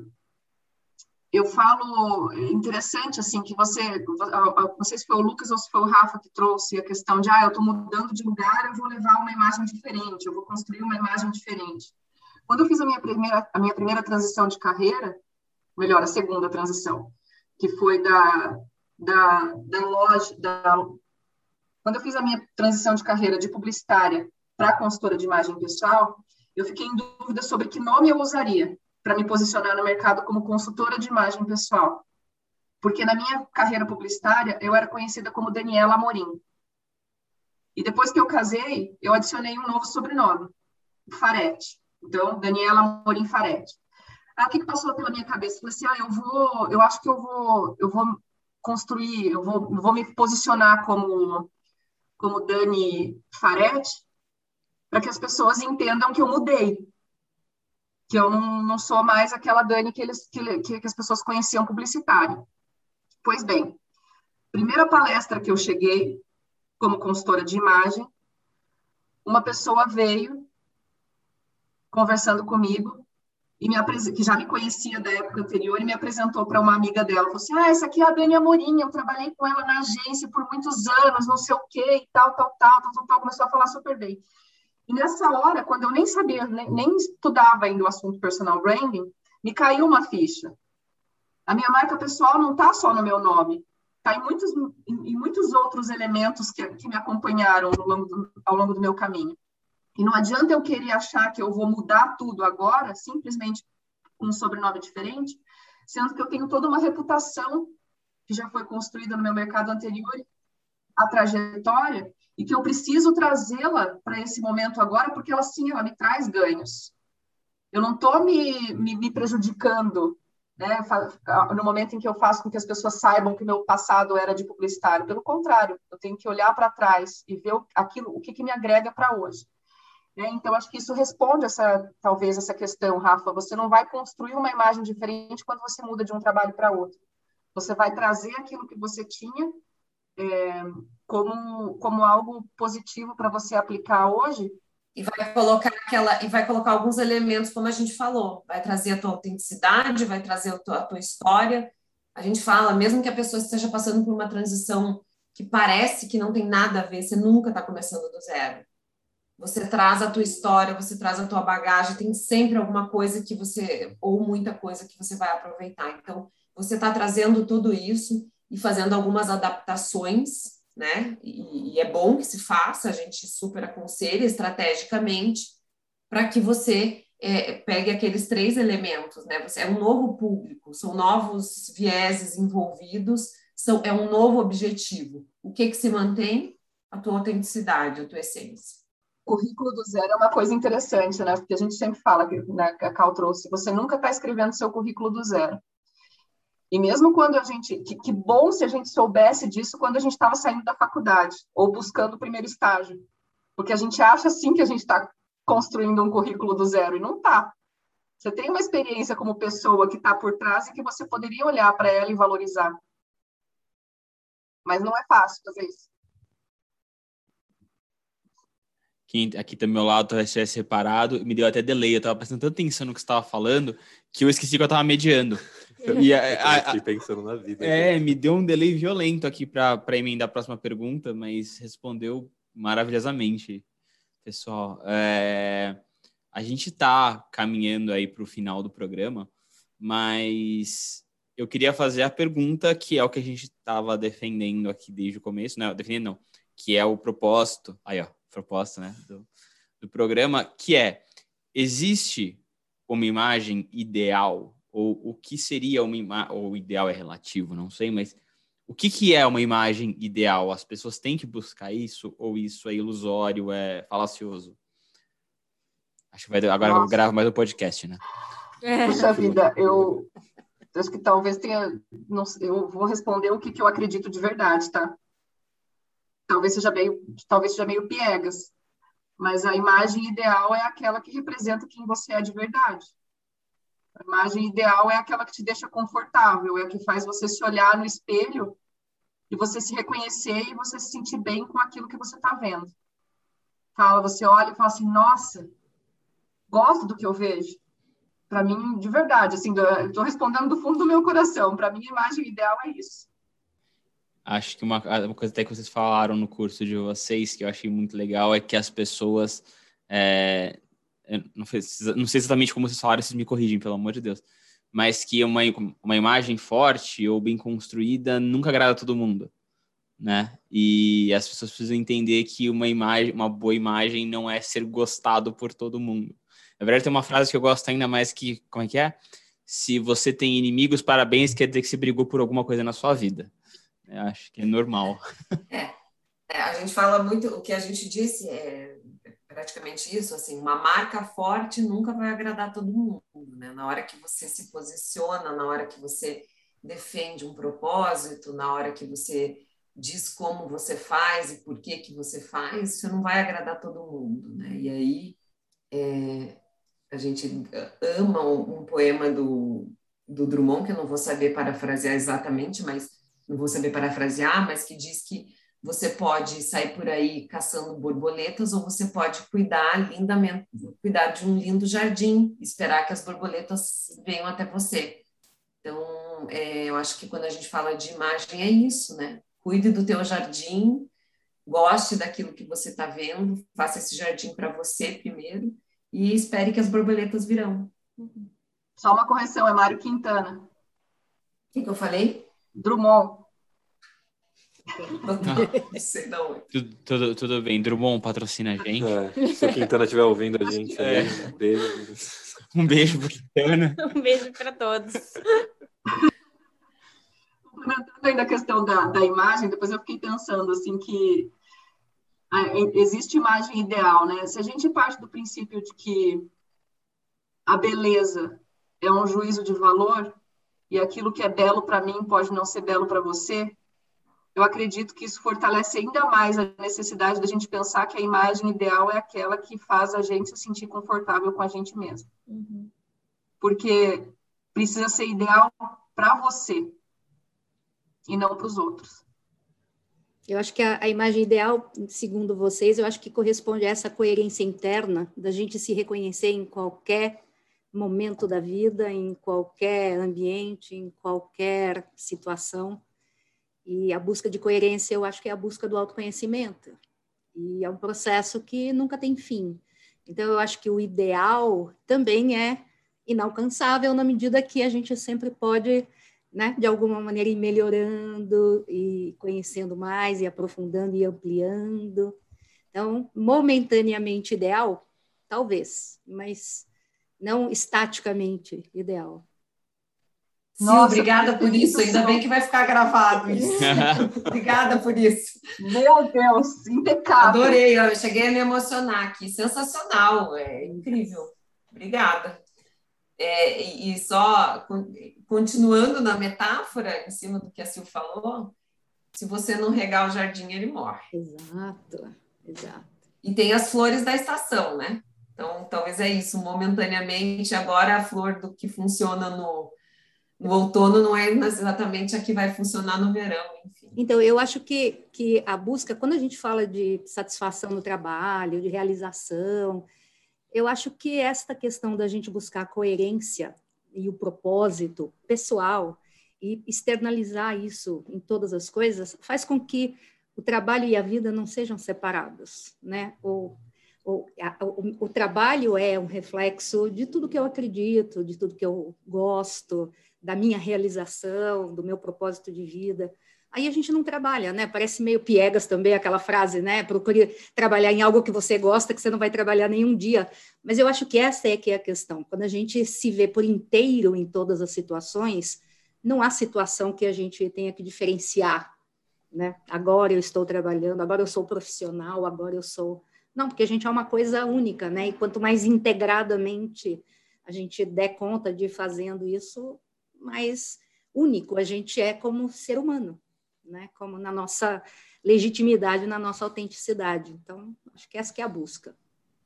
eu falo, é interessante, assim, que você, não sei se foi o Lucas ou se foi o Rafa que trouxe a questão de, ah, eu estou mudando de lugar, eu vou levar uma imagem diferente, eu vou construir uma imagem diferente. Quando eu fiz a minha primeira, a minha primeira transição de carreira, melhor, a segunda transição, que foi da, da, da loja, da, quando eu fiz a minha transição de carreira de publicitária para consultora de imagem pessoal, eu fiquei em dúvida sobre que nome eu usaria para me posicionar no mercado como consultora de imagem pessoal. Porque na minha carreira publicitária, eu era conhecida como Daniela Amorim. E depois que eu casei, eu adicionei um novo sobrenome, Faretti. Então, Daniela Amorim Faretti. Aí, o que, que passou pela minha cabeça? Eu falei assim, ah, eu vou, eu acho que eu vou, eu vou construir, eu vou, eu vou me posicionar como, como Dani Faretti, para que as pessoas entendam que eu mudei, que eu não, não sou mais aquela Dani que, eles, que, que as pessoas conheciam publicitária. Pois bem, primeira palestra que eu cheguei, como consultora de imagem, uma pessoa veio conversando comigo, e me apres... que já me conhecia da época anterior, e me apresentou para uma amiga dela. Falou assim, ah, essa aqui é a Dani Amorim, eu trabalhei com ela na agência por muitos anos, não sei o quê, e tal, tal, tal, tal, tal, tal. Começou a falar super bem. E nessa hora, quando eu nem sabia, nem, nem estudava ainda o assunto personal branding, me caiu uma ficha. A minha marca pessoal não está só no meu nome, está em muitos, em, em muitos outros elementos que, que me acompanharam ao longo, do, ao longo do meu caminho. E não adianta eu querer achar que eu vou mudar tudo agora, simplesmente com um sobrenome diferente, sendo que eu tenho toda uma reputação que já foi construída no meu mercado anterior, a trajetória, e que eu preciso trazê-la para esse momento agora, porque ela sim, ela me traz ganhos. Eu não estou me, me, me prejudicando, né, no momento em que eu faço com que as pessoas saibam que meu passado era de publicitário. Pelo contrário, eu tenho que olhar para trás e ver aquilo, o que, que me agrega para hoje. É, então, acho que isso responde essa, talvez essa questão, Rafa. Você não vai construir uma imagem diferente quando você muda de um trabalho para outro. Você vai trazer aquilo que você tinha é, como, como algo positivo para você aplicar hoje. E vai colocar aquela, e vai colocar alguns elementos, como a gente falou, vai trazer a tua autenticidade, vai trazer a tua, a tua história. A gente fala, mesmo que a pessoa esteja passando por uma transição que parece que não tem nada a ver, você nunca está começando do zero. Você traz a tua história, você traz a tua bagagem, tem sempre alguma coisa que você, ou muita coisa que você vai aproveitar. Então, você está trazendo tudo isso e fazendo algumas adaptações, né? E, e é bom que se faça, a gente super aconselha estrategicamente para que você é, pegue aqueles três elementos, né? Você é um novo público, são novos vieses envolvidos, são, é um novo objetivo. O que que se mantém? A tua autenticidade, a tua essência. Currículo do zero é uma coisa interessante, né? Porque a gente sempre fala, que, né, que a Cal trouxe, você nunca está escrevendo seu currículo do zero. E mesmo quando a gente... Que, que bom se a gente soubesse disso quando a gente estava saindo da faculdade ou buscando o primeiro estágio. Porque a gente acha, sim, que a gente está construindo um currículo do zero, e não está. Você tem uma experiência como pessoa que está por trás e que você poderia olhar para ela e valorizar. Mas não é fácil fazer isso. Aqui do meu lado, talvez tivesse separado, me deu até delay. Eu tava prestando tanta atenção no que você estava falando que eu esqueci que eu tava mediando. E a, a, eu fiquei pensando na vida. É, aqui. Me deu um delay violento aqui para emendar a próxima pergunta, mas respondeu maravilhosamente. pessoal. É... A gente está caminhando aí para o final do programa, mas eu queria fazer a pergunta que é o que a gente estava defendendo aqui desde o começo, não, defendendo não, que é o propósito, aí ó, propósito, né, do, do programa, que é, existe uma imagem ideal, ou o que seria uma imagem, ou ideal é relativo, não sei, mas o que, que é uma imagem ideal? As pessoas têm que buscar isso, ou isso é ilusório, é falacioso? Acho que vai, agora eu gravo mais o podcast, né? Puxa vida, eu acho que talvez tenha... Não, eu vou responder o que, que eu acredito de verdade, tá? Talvez seja meio, talvez seja meio piegas, mas a imagem ideal é aquela que representa quem você é de verdade. A imagem ideal é aquela que te deixa confortável, é a que faz você se olhar no espelho e você se reconhecer e você se sentir bem com aquilo que você está vendo. Fala, você olha e fala assim, nossa, gosto do que eu vejo. Para mim, de verdade, assim, estou respondendo do fundo do meu coração. Para mim, a imagem ideal é isso. Acho que uma, uma coisa até que vocês falaram no curso de vocês, que eu achei muito legal, é que as pessoas... É, não, não sei exatamente como vocês falaram, vocês me corrigem, pelo amor de Deus. Mas que uma, uma imagem forte ou bem construída nunca agrada a todo mundo, né? E as pessoas precisam entender que uma imagem, uma boa imagem não é ser gostado por todo mundo. Na verdade, tem uma frase que eu gosto ainda mais que, como é que é? Se você tem inimigos, parabéns, quer dizer que você brigou por alguma coisa na sua vida. Eu acho que é normal. É, é, a gente fala muito, o que a gente disse é praticamente isso, assim, uma marca forte nunca vai agradar todo mundo, né? Na hora que você se posiciona, na hora que você defende um propósito, na hora que você diz como você faz e por que que você faz, isso não vai agradar todo mundo, né? E aí, é, a gente ama um, um poema do, do Drummond, que eu não vou saber parafrasear exatamente, mas não vou saber parafrasear, mas que diz que você pode sair por aí caçando borboletas ou você pode cuidar lindamente, cuidar de um lindo jardim, esperar que as borboletas venham até você. Então, é, eu acho que quando a gente fala de imagem é isso, né? Cuide do teu jardim, goste daquilo que você está vendo, faça esse jardim para você primeiro e espere que as borboletas virão. Só uma correção, é Mário Quintana. O que, que eu falei? Drummond. Não, não sei não. Tudo, tudo, tudo bem. Drummond patrocina a gente. É, se o Quintana estiver ouvindo a gente, É. aí, um beijo. Um beijo pro Quintana. Um beijo para todos. Comentando ainda a questão da, da imagem, depois eu fiquei pensando assim que ah, existe imagem ideal, né? Se a gente parte do princípio de que a beleza é um juízo de valor e aquilo que é belo para mim pode não ser belo para você, eu acredito que isso fortalece ainda mais a necessidade da gente pensar que a imagem ideal é aquela que faz a gente se sentir confortável com a gente mesmo. Uhum. Porque precisa ser ideal para você e não para os outros. Eu acho que a, a imagem ideal, segundo vocês, eu acho que corresponde a essa coerência interna da gente se reconhecer em qualquer momento da vida, em qualquer ambiente, em qualquer situação. E a busca de coerência, eu acho que é a busca do autoconhecimento. E é um processo que nunca tem fim. Então, eu acho que o ideal também é inalcançável na medida que a gente sempre pode, né, de alguma maneira, ir melhorando e conhecendo mais e aprofundando e ampliando. Então, momentaneamente ideal, talvez, mas não estaticamente ideal. Sim, Nossa, obrigada por isso. Ainda sensacional. bem que vai ficar gravado isso. Obrigada por isso. Meu Deus, impecável. Adorei, eu cheguei a me emocionar aqui. Sensacional, é incrível. Obrigada. É, e, e só continuando na metáfora, em cima do que a Sil falou, se você não regar o jardim, ele morre. Exato, exato. E tem as flores da estação, né? Então, talvez é isso, momentaneamente, agora a flor do que funciona no, no outono não é exatamente a que vai funcionar no verão, enfim. Então, eu acho que, que a busca, quando a gente fala de satisfação no trabalho, de realização, eu acho que esta questão da gente buscar a coerência e o propósito pessoal e externalizar isso em todas as coisas faz com que o trabalho e a vida não sejam separados, né? Ou o, a, o, o trabalho é um reflexo de tudo que eu acredito, de tudo que eu gosto, da minha realização, do meu propósito de vida. Aí a gente não trabalha, né? Parece meio piegas também aquela frase, né? Procure trabalhar em algo que você gosta, que você não vai trabalhar nenhum dia. Mas eu acho que essa é que é a questão. Quando a gente se vê por inteiro em todas as situações, não há situação que a gente tenha que diferenciar, né? Agora eu estou trabalhando, agora eu sou profissional, agora eu sou... Não, porque a gente é uma coisa única, né? E quanto mais integradamente a gente der conta de ir fazendo isso, mais único a gente é como ser humano, né? Como na nossa legitimidade, na nossa autenticidade. Então, acho que essa que é a busca.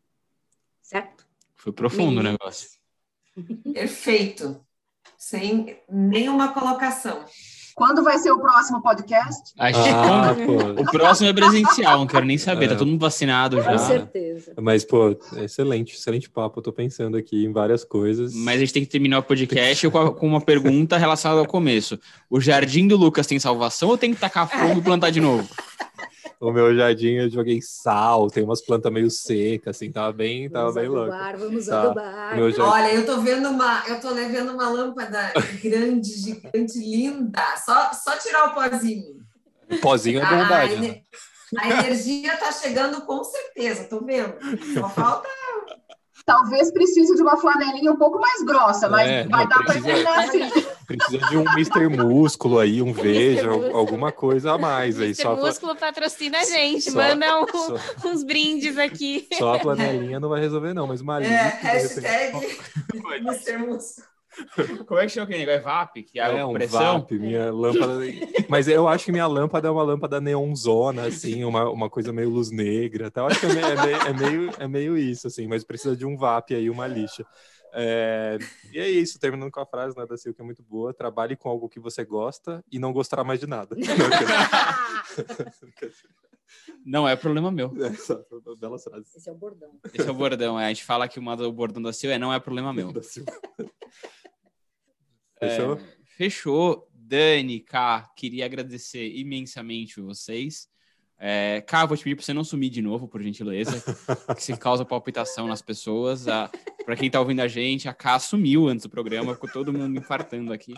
Certo? Foi profundo o Meninas. negócio. Perfeito. Sem nenhuma colocação. Quando vai ser o próximo podcast? Acho Ah, que pô. o próximo é presencial, não quero nem saber, É. tá todo mundo vacinado Com já. certeza. Mas, pô, excelente, excelente papo. Eu tô pensando aqui em várias coisas. Mas a gente tem que terminar o podcast com, a- com uma pergunta relacionada ao começo. O jardim do Lucas tem salvação ou tem que tacar fogo e plantar de novo? O meu jardim eu joguei sal, tem umas plantas meio secas, assim, tava bem, tava Vamos bem louco. adubar, vamos Tá. adubar. Meu jardim- Olha, eu tô vendo uma, eu tô vendo uma lâmpada grande, gigante, linda. Só, só tirar o pozinho. O pozinho é A, bondade, a, né? ener- a energia tá chegando com certeza, tô vendo. Só falta. Talvez precise de uma flanelinha um pouco mais grossa, mas É, vai não, dar para precisa- terminar assim. Precisa de um mister Músculo aí, um Veja, Músculo. alguma coisa a mais aí. mister Só a, fla- Músculo patrocina a gente, só- manda um- só- uns brindes aqui. só a flanelinha não vai resolver, não, mas uma É, líquida, de repente- hashtag mister Músculo. Como é que chama aquele negócio? É V A P? Que é, É, a um pressão? V A P, minha lâmpada. Mas eu acho que minha lâmpada é uma lâmpada neonzona, assim, uma, uma coisa meio luz negra. Tá? Eu acho que é meio, é, meio, é, meio, é meio isso, assim, mas precisa de um V A P aí, uma lixa. É, e é isso, terminando com a frase, né, da Sil, que é muito boa: trabalhe com algo que você gosta e não gostará mais de nada. Não é problema meu. Essa, belas frases. Esse é o bordão. Esse é o bordão. É. A gente fala que uma do bordão da Sil é não é problema meu. Da Sil. É, Fechou? fechou. Dani, Ká, queria agradecer imensamente vocês. É, Ká, vou te pedir para você não sumir de novo, por gentileza, que você causa palpitação nas pessoas. Para quem está ouvindo a gente, a Ká sumiu antes do programa, ficou todo mundo infartando aqui.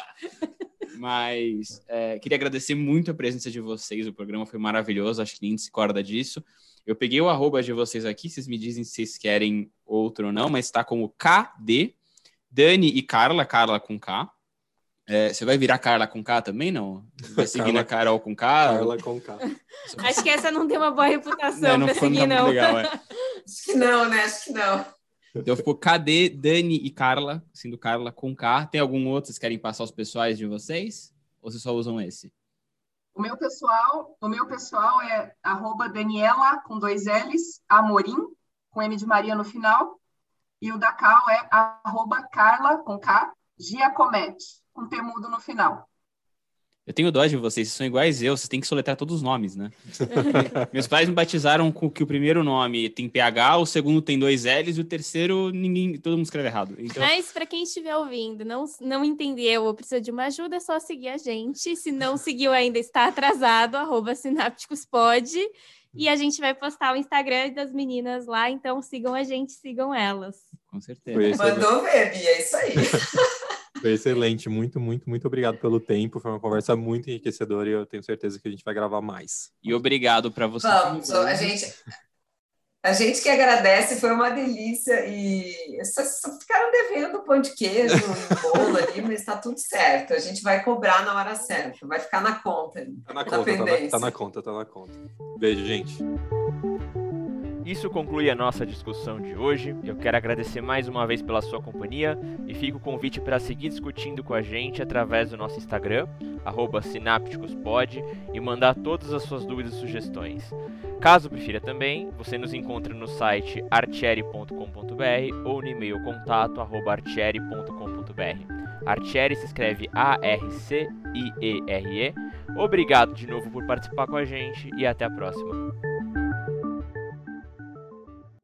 Mas é, queria agradecer muito a presença de vocês, o programa foi maravilhoso, acho que ninguém se recorda disso. Eu peguei o arroba de vocês aqui, vocês me dizem se vocês querem outro ou não, mas está como K D, Dani e Carla, Carla com K. É, você vai virar Carla com K também, não? Vai seguir Carla- na Carol com K? Carla com K. Acho que essa não tem uma boa reputação É, não pra foi seguir, muito não. legal, é. Acho que não, né? Acho que não. Então ficou K D, Dani e Carla, sendo Carla com K. Tem algum outro que vocês querem passar os pessoais de vocês? Ou vocês só usam esse? O meu pessoal, o meu pessoal é arroba Daniela, com dois L's, Amorim, com M de Maria no final. E o da Cal é arroba Carla, com K, Giacometti, com T mudo no final. Eu tenho dó de vocês, vocês são iguais eu, vocês têm que soletrar todos os nomes, né? Meus pais me batizaram com que o primeiro nome tem P H, o segundo tem dois L's e o terceiro ninguém, todo mundo escreve errado. Então, Mas para quem estiver ouvindo, não, não entendeu ou precisa de uma ajuda, é só seguir a gente. Se não seguiu ainda, está atrasado, arroba sinápticospod. E a gente vai postar o Instagram das meninas lá, então sigam a gente, sigam elas. com certeza. Foi excelente. Mandou ver, Bia, é isso aí. Foi excelente, muito, muito, muito obrigado pelo tempo. Foi uma conversa muito enriquecedora e eu tenho certeza que a gente vai gravar mais. E obrigado para você. Vamos, a gente, a gente que agradece, foi uma delícia e só, só ficaram devendo pão de queijo e bolo ali, mas está tudo certo. A gente vai cobrar na hora certa, vai ficar na conta. Tá na Na conta, tá na, pendência. tá na conta, tá na conta. Beijo, gente. Isso conclui a nossa discussão de hoje. Eu quero agradecer mais uma vez pela sua companhia e fica o convite para seguir discutindo com a gente através do nosso Instagram, arroba sinápticospod, e mandar todas as suas dúvidas e sugestões. Caso prefira também, você nos encontra no site artieri ponto com ponto br ou no e-mail contato arroba artieri ponto com ponto br. Artieri se escreve A R C I E R E. Obrigado de novo por participar com a gente e até a próxima.